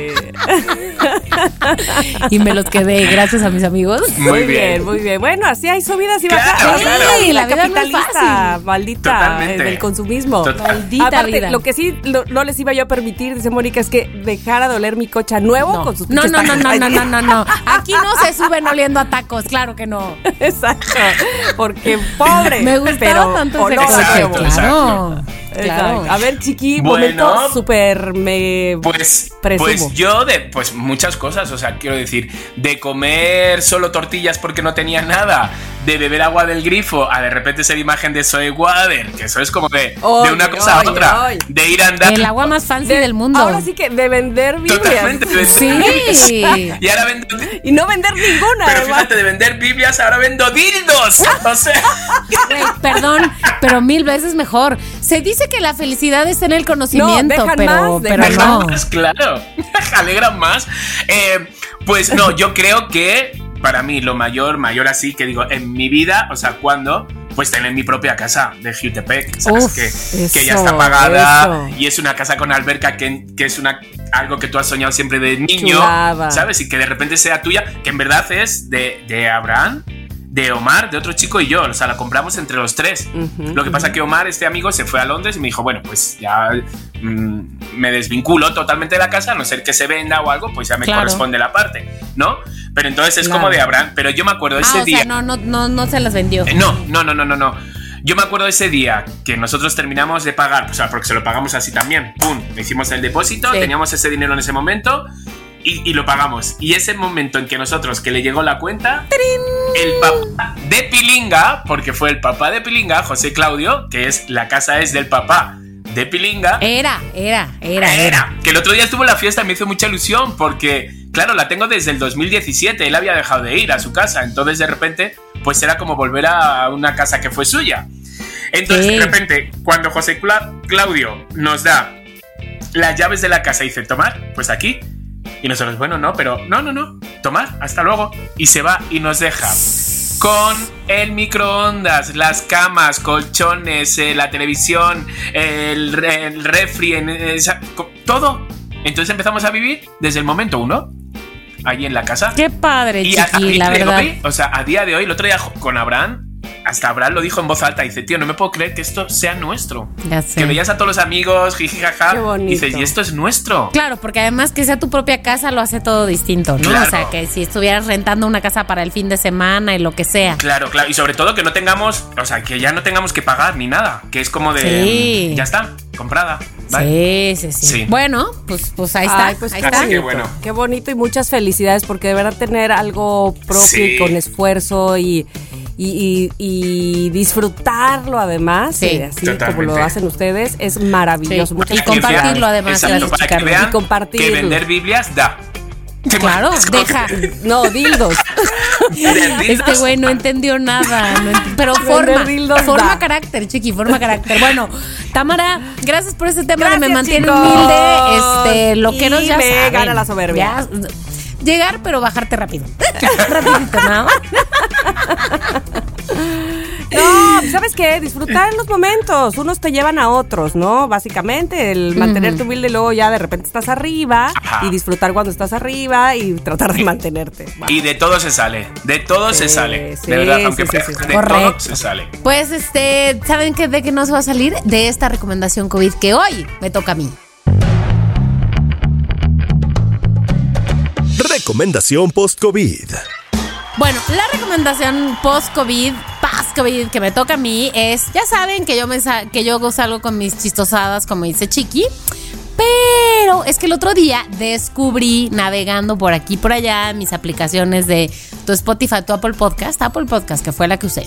Y me los quedé, gracias a mis amigos. Muy bien. muy bien. Bueno, así hay subidas y Claro, bajadas. claro. Sí, la vida no es capitalista, fácil. maldita, Totalmente. eh, del consumismo. Total. Maldita Aparte, vida. lo que sí lo- no les iba yo a permitir, dice Mónica, es que dejara de oler mi coche nuevo No, con sus no, pinches no, no, tacos. no, no, no, no, no. Aquí no se suben oliendo a tacos, claro que no. Exacto. Porque pobre. Me gustaba pero tanto ese olor coche, nuevo. Exacto, claro. Exacto. Claro. A ver, Chiqui, Bueno, momento súper me Pues, presumo. pues yo de pues muchas cosas, o sea, quiero decir, de comer solo tortillas porque no tenía nada, de beber agua del grifo, a de repente ser imagen de Soy Water, que eso es como de, Oye, de una cosa oye, a otra, oye. de ir a andar. El agua más fancy De- del mundo. Ahora sí que de vender Biblias. Totalmente, de vender Sí. Biblias. Y ahora vendo. Y no vender ninguna, Pero además. fíjate, de vender Biblias, ahora vendo dildos. O sea. Güey, perdón, pero mil veces mejor. Se dice que la felicidad está en el conocimiento, No, dejan pero, más, pero dejan no. Más, claro, alegran más. Eh, pues no, yo creo que para mí lo mayor, mayor así que digo, en mi vida, o sea, cuando, pues tener mi propia casa de Jutepec, ¿sabes? Uf, que, eso, que ya está pagada eso. y es una casa con alberca que, que es una algo que tú has soñado siempre de niño, Chulada. ¿sabes? Y que de repente sea tuya, que en verdad es de, de Abraham, de Omar, de otro chico y yo, o sea, la compramos entre los tres. Ujú, Lo que pasa que Omar, este amigo, se fue a Londres y me dijo, bueno, pues ya mm, me desvinculo totalmente de la casa, a no ser que se venda o algo, pues ya me Claro. corresponde la parte, ¿no? Pero entonces es Claro. como de Abraham, pero yo me acuerdo ese Ah, o día... sea, no, no, no, no se las vendió. Eh, No, no, no, no, no, no. Yo me acuerdo ese día que nosotros terminamos de pagar, o sea, porque se lo pagamos así también. ¡Pum! Le hicimos el depósito, Sí. teníamos ese dinero en ese momento y, y lo pagamos. Y ese momento en que nosotros, que le llegó la cuenta, el papá de Pilinga, porque fue el papá de Pilinga, José Claudio, que es la casa es del papá de Pilinga. Era, era, era, era. Era, que el otro día estuvo en la fiesta y me hizo mucha ilusión porque, claro, la tengo desde el dos mil diecisiete, él había dejado de ir a su casa, entonces de repente, pues era como volver a una casa que fue suya. Entonces, Sí. de repente, cuando José Cla- Claudio nos da las llaves de la casa y dice, tomar, pues aquí. Y nosotros, bueno, no, pero no, no, no, tomar, hasta luego. Y se va y nos deja con el microondas, las camas, colchones, eh, la televisión, el, re- el refri, en esa- co- todo. Entonces empezamos a vivir desde el momento uno, allí en la casa. Qué padre, Y a, a chiqui, día la de verdad. hoy, o sea, a día de hoy, el otro día con Abraham, hasta Abraham lo dijo en voz alta, dice, tío, no me puedo creer que esto sea nuestro. Ya sé. Que veías a todos los amigos, jiji, jaja, Qué bonito. y dices, y esto es nuestro. Claro, porque además que sea tu propia casa lo hace todo distinto, ¿no? Claro. O sea, que si estuvieras rentando una casa para el fin de semana y lo que sea. Claro, claro, y sobre todo que no tengamos, o sea, que ya no tengamos que pagar ni nada, que es como de, Sí. mm, ya está, comprada. ¿vale? Sí, sí, sí, Sí. Bueno, pues, pues ahí está. Ay, pues ahí qué está. Así que bonito, bueno. qué bonito y muchas felicidades porque de verdad tener algo propio Sí. y con esfuerzo y, y, y- y disfrutarlo además, Sí. eh, así como Totalmente. lo hacen ustedes, es maravilloso. Sí. Muchas Y compartirlo felicidades. además, Exacto, sí, para que Carlos. vean Y compartirlo. que vender Biblias da. Claro, Es como deja. que- No, dildos. Vender dildos. Este güey no entendió nada. no ent- pero Vender forma. dildos Forma da. carácter, chiqui, forma carácter. Bueno, Tamara, gracias por ese tema de me Gracias, mantiene chicos. humilde. Este, loqueros Y ya me saben. gana la soberbia. Ya, llegar, pero bajarte rápido. Rapidito, nada más. No, ¿sabes qué? Disfrutar en los momentos. Unos te llevan a otros, ¿no? Básicamente, el mantenerte humilde y luego ya de repente estás arriba Ajá. y disfrutar cuando estás arriba y tratar de mantenerte. Va. Y de todo se sale, de todo se Sí, sale. sí, de verdad, sí, aunque sí, parezca, sí, sí. de todo Correcto. se sale. Pues, este, ¿saben qué? ¿De qué no se va a salir? De esta recomendación COVID que hoy me toca a mí. Recomendación post-COVID. Bueno, la recomendación post-COVID, paz, que, que me toca a mí es, ya saben que yo, me, que yo salgo con mis chistosadas, como dice Chiqui, pero es que el otro día descubrí, navegando por aquí y por allá, mis aplicaciones de tu Spotify, tu Apple Podcast, Apple Podcast, que fue la que usé,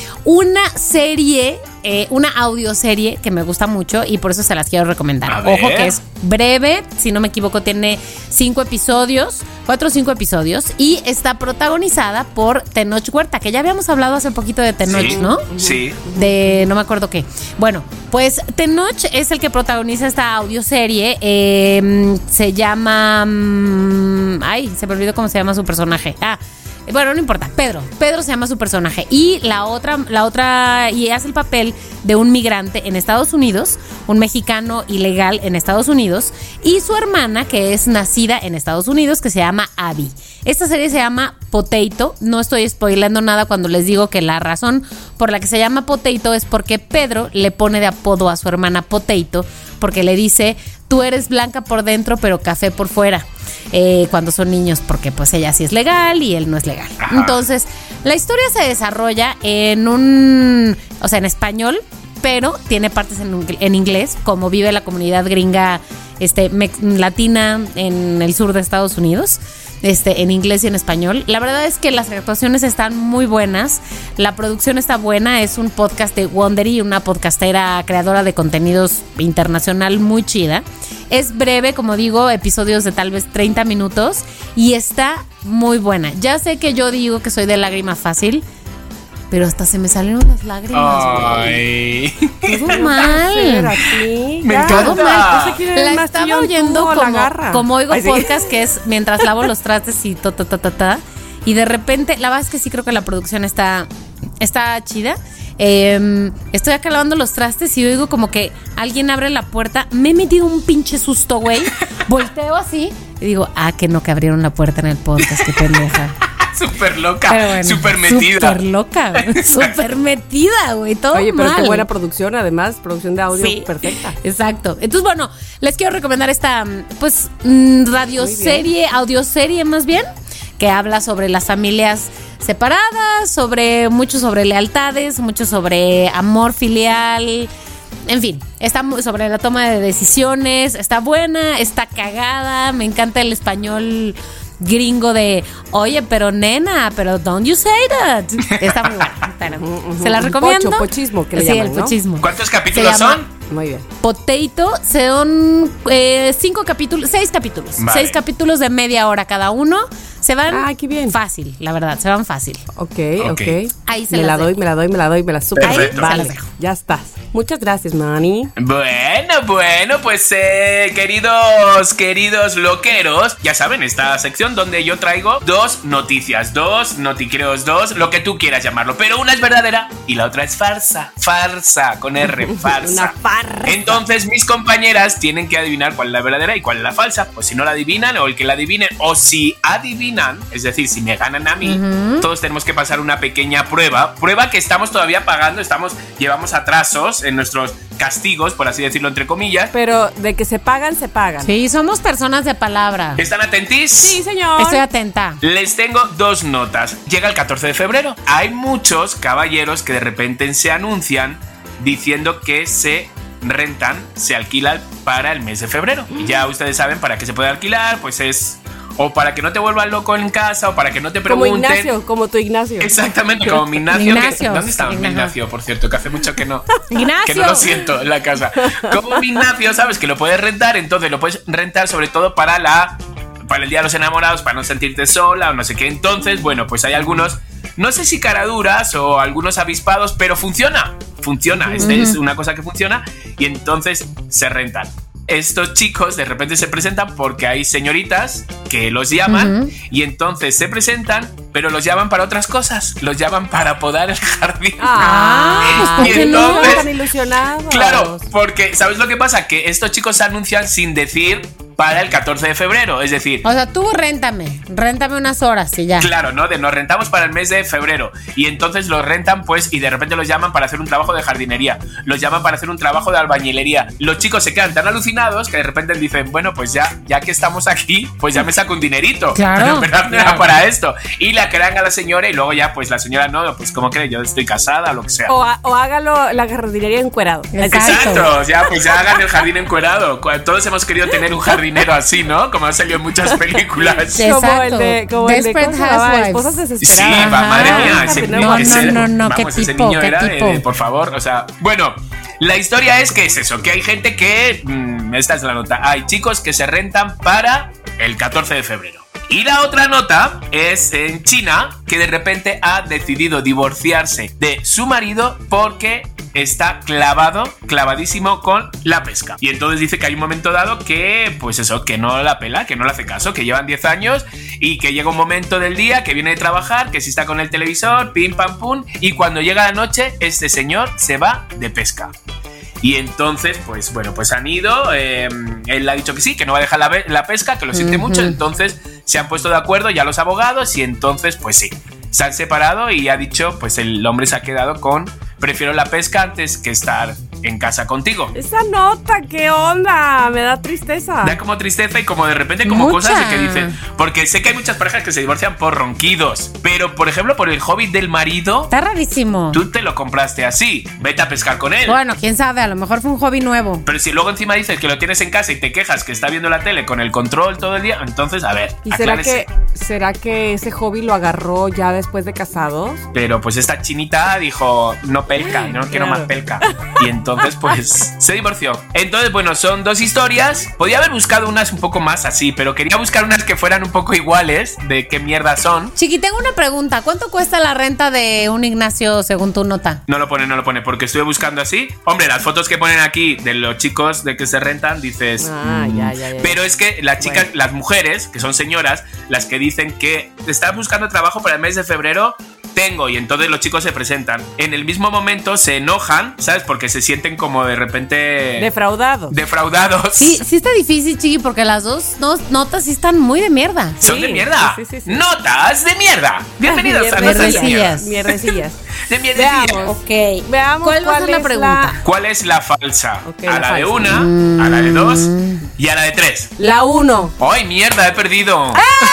una serie, eh, una audioserie que me gusta mucho y por eso se las quiero recomendar. Ojo que es breve, si no me equivoco, tiene cinco episodios, cuatro o cinco episodios, y está protagonizada por Tenoch Huerta, que ya habíamos hablado hace poquito de Tenoch, sí, ¿no? Sí. De no me acuerdo qué. Bueno, pues Tenoch es el que protagoniza esta audioserie. Eh, se llama... Um, ay, se me olvidó cómo se llama su personaje. Ah, bueno, no importa. Pedro. Pedro se llama su personaje. Y la otra, la otra, y hace el papel de un migrante en Estados Unidos, un mexicano ilegal en Estados Unidos, y su hermana, que es nacida en Estados Unidos, que se llama Abby. Esta serie se llama Potato. No estoy spoilando nada cuando les digo que la razón por la que se llama Potato es porque Pedro le pone de apodo a su hermana Potato, porque le dice, tú eres blanca por dentro, pero café por fuera. Eh, cuando son niños, porque pues ella sí es legal y él no es legal. Ajá. Entonces, la historia se desarrolla en un, o sea, en español, pero tiene partes en, en inglés, como vive la comunidad gringa este, me, latina en el sur de Estados Unidos, este, en inglés y en español. La verdad es que las actuaciones están muy buenas, la producción está buena, es un podcast de Wondery, una podcastera creadora de contenidos internacional muy chida. Es breve, como digo, episodios de tal vez treinta minutos y está muy buena. Ya sé que yo digo que soy de lágrima fácil, pero hasta se me salieron las lágrimas. Ay. Todo mal. Me encanta. La estaba oyendo como, como oigo Ay, podcast sí. que es mientras lavo los trastes y ta, ta, ta, ta, ta. Y de repente, la verdad es que sí creo que la producción está, está chida. Eh, estoy acá lavando los trastes y oigo como que alguien abre la puerta. Me he metido un pinche susto, güey. Volteo así y digo, ah, que no, que abrieron la puerta en el podcast, qué pendeja. Súper loca, bueno, súper metida. Súper loca, súper metida, güey, todo Oye, pero mal. qué buena producción, además, producción de audio sí, perfecta. Exacto. Entonces, bueno, les quiero recomendar esta, pues, radioserie, audioserie más bien, que habla sobre las familias separadas, sobre mucho sobre lealtades, mucho sobre amor filial, en fin, está sobre la toma de decisiones, está buena, está cagada, me encanta el español gringo de, oye, pero nena, pero don't you say that. Está muy buena. Pero, se la recomiendo. Pocho, pochismo, que le sí, llaman, el ¿no? pochismo. ¿Cuántos capítulos son? Muy bien. Potato, son eh, cinco capítulos, seis capítulos. Vale. Seis capítulos de media hora cada uno. Se van ah, qué bien. fácil, la verdad, se van fácil. Ok, ok. okay. Ahí se me las la doy, dejo. me la doy, me la doy, me la super. Perfecto. Vale, se las dejo. Ya estás. Muchas gracias, Manny. Bueno, bueno, pues eh, queridos, queridos loqueros, ya saben, esta sección donde yo traigo dos noticias, dos noticreos, dos, lo que tú quieras llamarlo, pero una es verdadera y la otra es farsa, farsa, con R, farsa. Una farsa. Entonces mis compañeras tienen que adivinar cuál es la verdadera y cuál es la falsa, o si no la adivinan, o el que la adivine, o si adivinan, es decir, si me ganan a mí, uh-huh. todos tenemos que pasar una pequeña prueba, prueba que estamos todavía pagando, estamos, llevamos atrasos en nuestros castigos, por así decirlo, entre comillas. Pero de que se pagan, se pagan. Sí, somos personas de palabra. ¿Están atentis? Sí, señor. Estoy atenta. Les tengo dos notas. Llega el catorce de febrero. Hay muchos caballeros que de repente se anuncian diciendo que se rentan, se alquilan para el mes de febrero. Y ya ustedes saben para qué se puede alquilar, pues es... o para que no te vuelvan loco en casa, o para que no te pregunten. Como Ignacio, como tu Ignacio. Exactamente, como mi Ignacio. Ignacio. Que, ¿dónde está mi Ignacio, por cierto? Que hace mucho que no. Ignacio. Que no lo siento en la casa. Como mi Ignacio, ¿sabes? Que lo puedes rentar, entonces lo puedes rentar sobre todo para la... para el Día de los Enamorados, para no sentirte sola o no sé qué. Entonces, bueno, pues hay algunos, no sé si caraduras o algunos avispados, pero funciona. Funciona, uh-huh. Este es una cosa que funciona y entonces se rentan. Estos chicos de repente se presentan porque hay señoritas que los llaman uh-huh. y entonces se presentan, pero los llaman para otras cosas, los llaman para podar el jardín. Ah, pues y entonces, no están ilusionados. Claro, porque ¿sabes lo que pasa? Que estos chicos se anuncian sin decir para el catorce de febrero. Es decir, O sea, tú réntame, réntame unas horas y ya. claro, ¿no? De nos rentamos para el mes de febrero. Y entonces los rentan, pues, y de repente los llaman para hacer un trabajo de jardinería. Los llaman para hacer un trabajo de albañilería. Los chicos se quedan tan alucinados que de repente dicen, bueno, pues ya, ya que estamos aquí, pues ya me saco un dinerito. Claro, Pero no claro. para esto. Y la crean a la señora y luego ya, pues la señora no, pues como cree, yo estoy casada o lo que sea. O, ha- o hágalo la jardinería encuerado. Exacto. Exacto, ya pues ya hagan el jardín encuerado. Todos hemos querido tener un jardinero así, ¿no? Como ha salido en muchas películas. Sí. Como el Exacto. de, como el de ¿cómo Desperate se llamaba? Housewives. Esposas Sí, desesperadas. va, Ajá. madre mía, ese, No, niño- no, ese- no, no, vamos, qué ese tipo, niño qué era de- tipo. de, por favor, o sea, bueno, la historia es que es eso, que hay gente que, mm, esta es la nota, hay chicos que se rentan para el catorce de febrero. Y la otra nota es en China, que de repente ha decidido divorciarse de su marido porque está clavado, clavadísimo con la pesca. Y entonces dice que hay un momento dado que, pues eso, que no la pela, que no le hace caso, que llevan diez años y que llega un momento del día que viene de trabajar, que si está con el televisor, pim pam pum, y cuando llega la noche, este señor se va de pesca. Y entonces, pues bueno, pues han ido, eh, él ha dicho que sí, que no va a dejar la, be- la pesca, que lo siente Ujú. mucho, entonces se han puesto de acuerdo ya los abogados y entonces, pues sí, se han separado y ha dicho, pues el hombre se ha quedado con, prefiero la pesca antes que estar en casa contigo. Esa nota, ¿qué onda? Me da tristeza. Da como tristeza y como de repente como Mucha. cosas de que dicen, porque sé que hay muchas parejas que se divorcian por ronquidos, pero por ejemplo por el hobby del marido, Está rarísimo. tú te lo compraste así, vete a pescar con él. Bueno, quién sabe, a lo mejor fue un hobby nuevo. Pero si luego encima dices que lo tienes en casa y te quejas que está viendo la tele con el control todo el día, entonces, a ver, ¿Y será aclárese. que, será que ese hobby lo agarró ya después de casados? Pero pues esta chinita dijo, no pelca, no quiero Claro. más pelca. Y entonces pues se divorció. Entonces, bueno, son dos historias. Podía haber buscado unas un poco más así, pero quería buscar unas que fueran un poco iguales de qué mierda son. Chiqui, tengo una pregunta. ¿Cuánto cuesta la renta de un Ignacio según tu nota? No lo pone, no lo pone, porque estuve buscando así. Hombre, las fotos que ponen aquí de los chicos de que se rentan, dices... Ah, mm, ya, ya, ya. Pero es que las chicas, Bueno. las mujeres, que son señoras, las que dicen que están buscando trabajo para el mes de febrero, tengo, y entonces los chicos se presentan. En el mismo momento se enojan, ¿sabes? Porque se sienten como de repente... Defraudado. defraudados. Sí, sí está difícil, Chiqui, porque las dos no- notas sí están muy de mierda. Son Sí, de mierda. sí, sí, sí. Notas de mierda. Bienvenidos a Notas de Mierdecillas. Mierda. Mierdecillas. De mierdecillas. Veamos. Ok. Veamos ¿Cuál va a ser la es pregunta? ¿Cuál es la falsa? Ok, a la la, de falsa. una, a la de dos y a la de tres. La uno. ¡Ay, mierda! He perdido.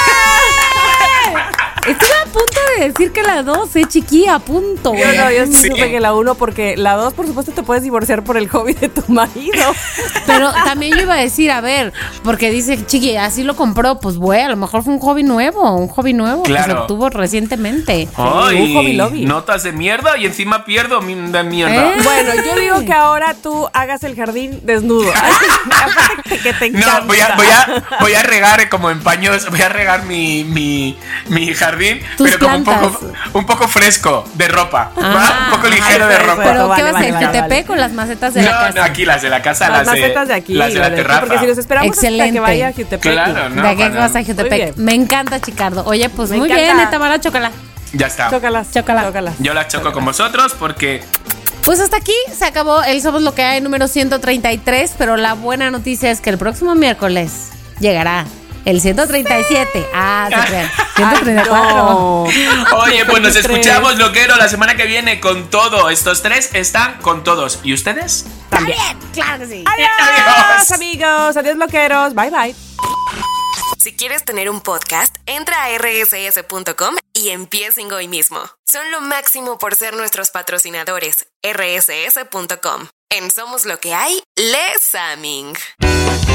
Estoy a punto de decir que la dos, eh, Chiqui, a punto. Yo no, yo sí, Sí. supe que la uno, porque la dos, por supuesto, te puedes divorciar por el hobby de tu marido. Pero también yo iba a decir, a ver, porque dice, Chiqui, así lo compró, pues güey, a lo mejor fue un hobby nuevo, un hobby nuevo que se Claro. obtuvo recientemente. ¡Ay! un hobby lobby. Notas de mierda y encima pierdo mi de mierda. ¿Eh? Bueno, yo digo que ahora tú hagas el jardín desnudo. Aparte que te encanta. No, voy a, voy, a, voy a regar como en paños, voy a regar mi, mi, mi jardín, Tus pero como un plantas. poco, un poco fresco de ropa, ¿va? Ah, un poco ligero de pues, ropa. Pero Vale, ¿qué vas a vale, hacer? vale, ¿Jutepec vale. con las macetas de la No, casa? no, aquí las de la casa, Las las, de, macetas de aquí. las de la aquí, terraza. Porque si nos esperamos hasta Excelente. que vaya a Jutepec. Claro, no. ¿De qué para- cosa, Muy Jutepec? bien. Me encanta, Chicardo. Oye, pues Me muy encanta. bien, Tamara, chócala. Ya está. Chócalas. Chócala. Chócalas. Yo la choco con vosotros porque Pues hasta aquí se acabó el Somos Lo que hay número ciento treinta y tres, pero la buena noticia es que el próximo miércoles llegará el ciento treinta y siete. Ah, se crean. ciento treinta y cuatro. Ay, no. Oye, pues nos Tres. escuchamos, loquero, la semana que viene con todo. Estos tres están con todos. ¿Y ustedes? También. Claro que sí. Adiós, Adiós. amigos. Adiós, loqueros. Bye, bye. Si quieres tener un podcast, entra a erre ese ese punto com y empiecen hoy mismo. Son lo máximo por ser nuestros patrocinadores. erre ese ese punto com. En Somos Lo que hay, Les Aming.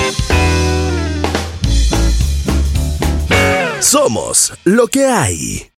Somos lo que hay.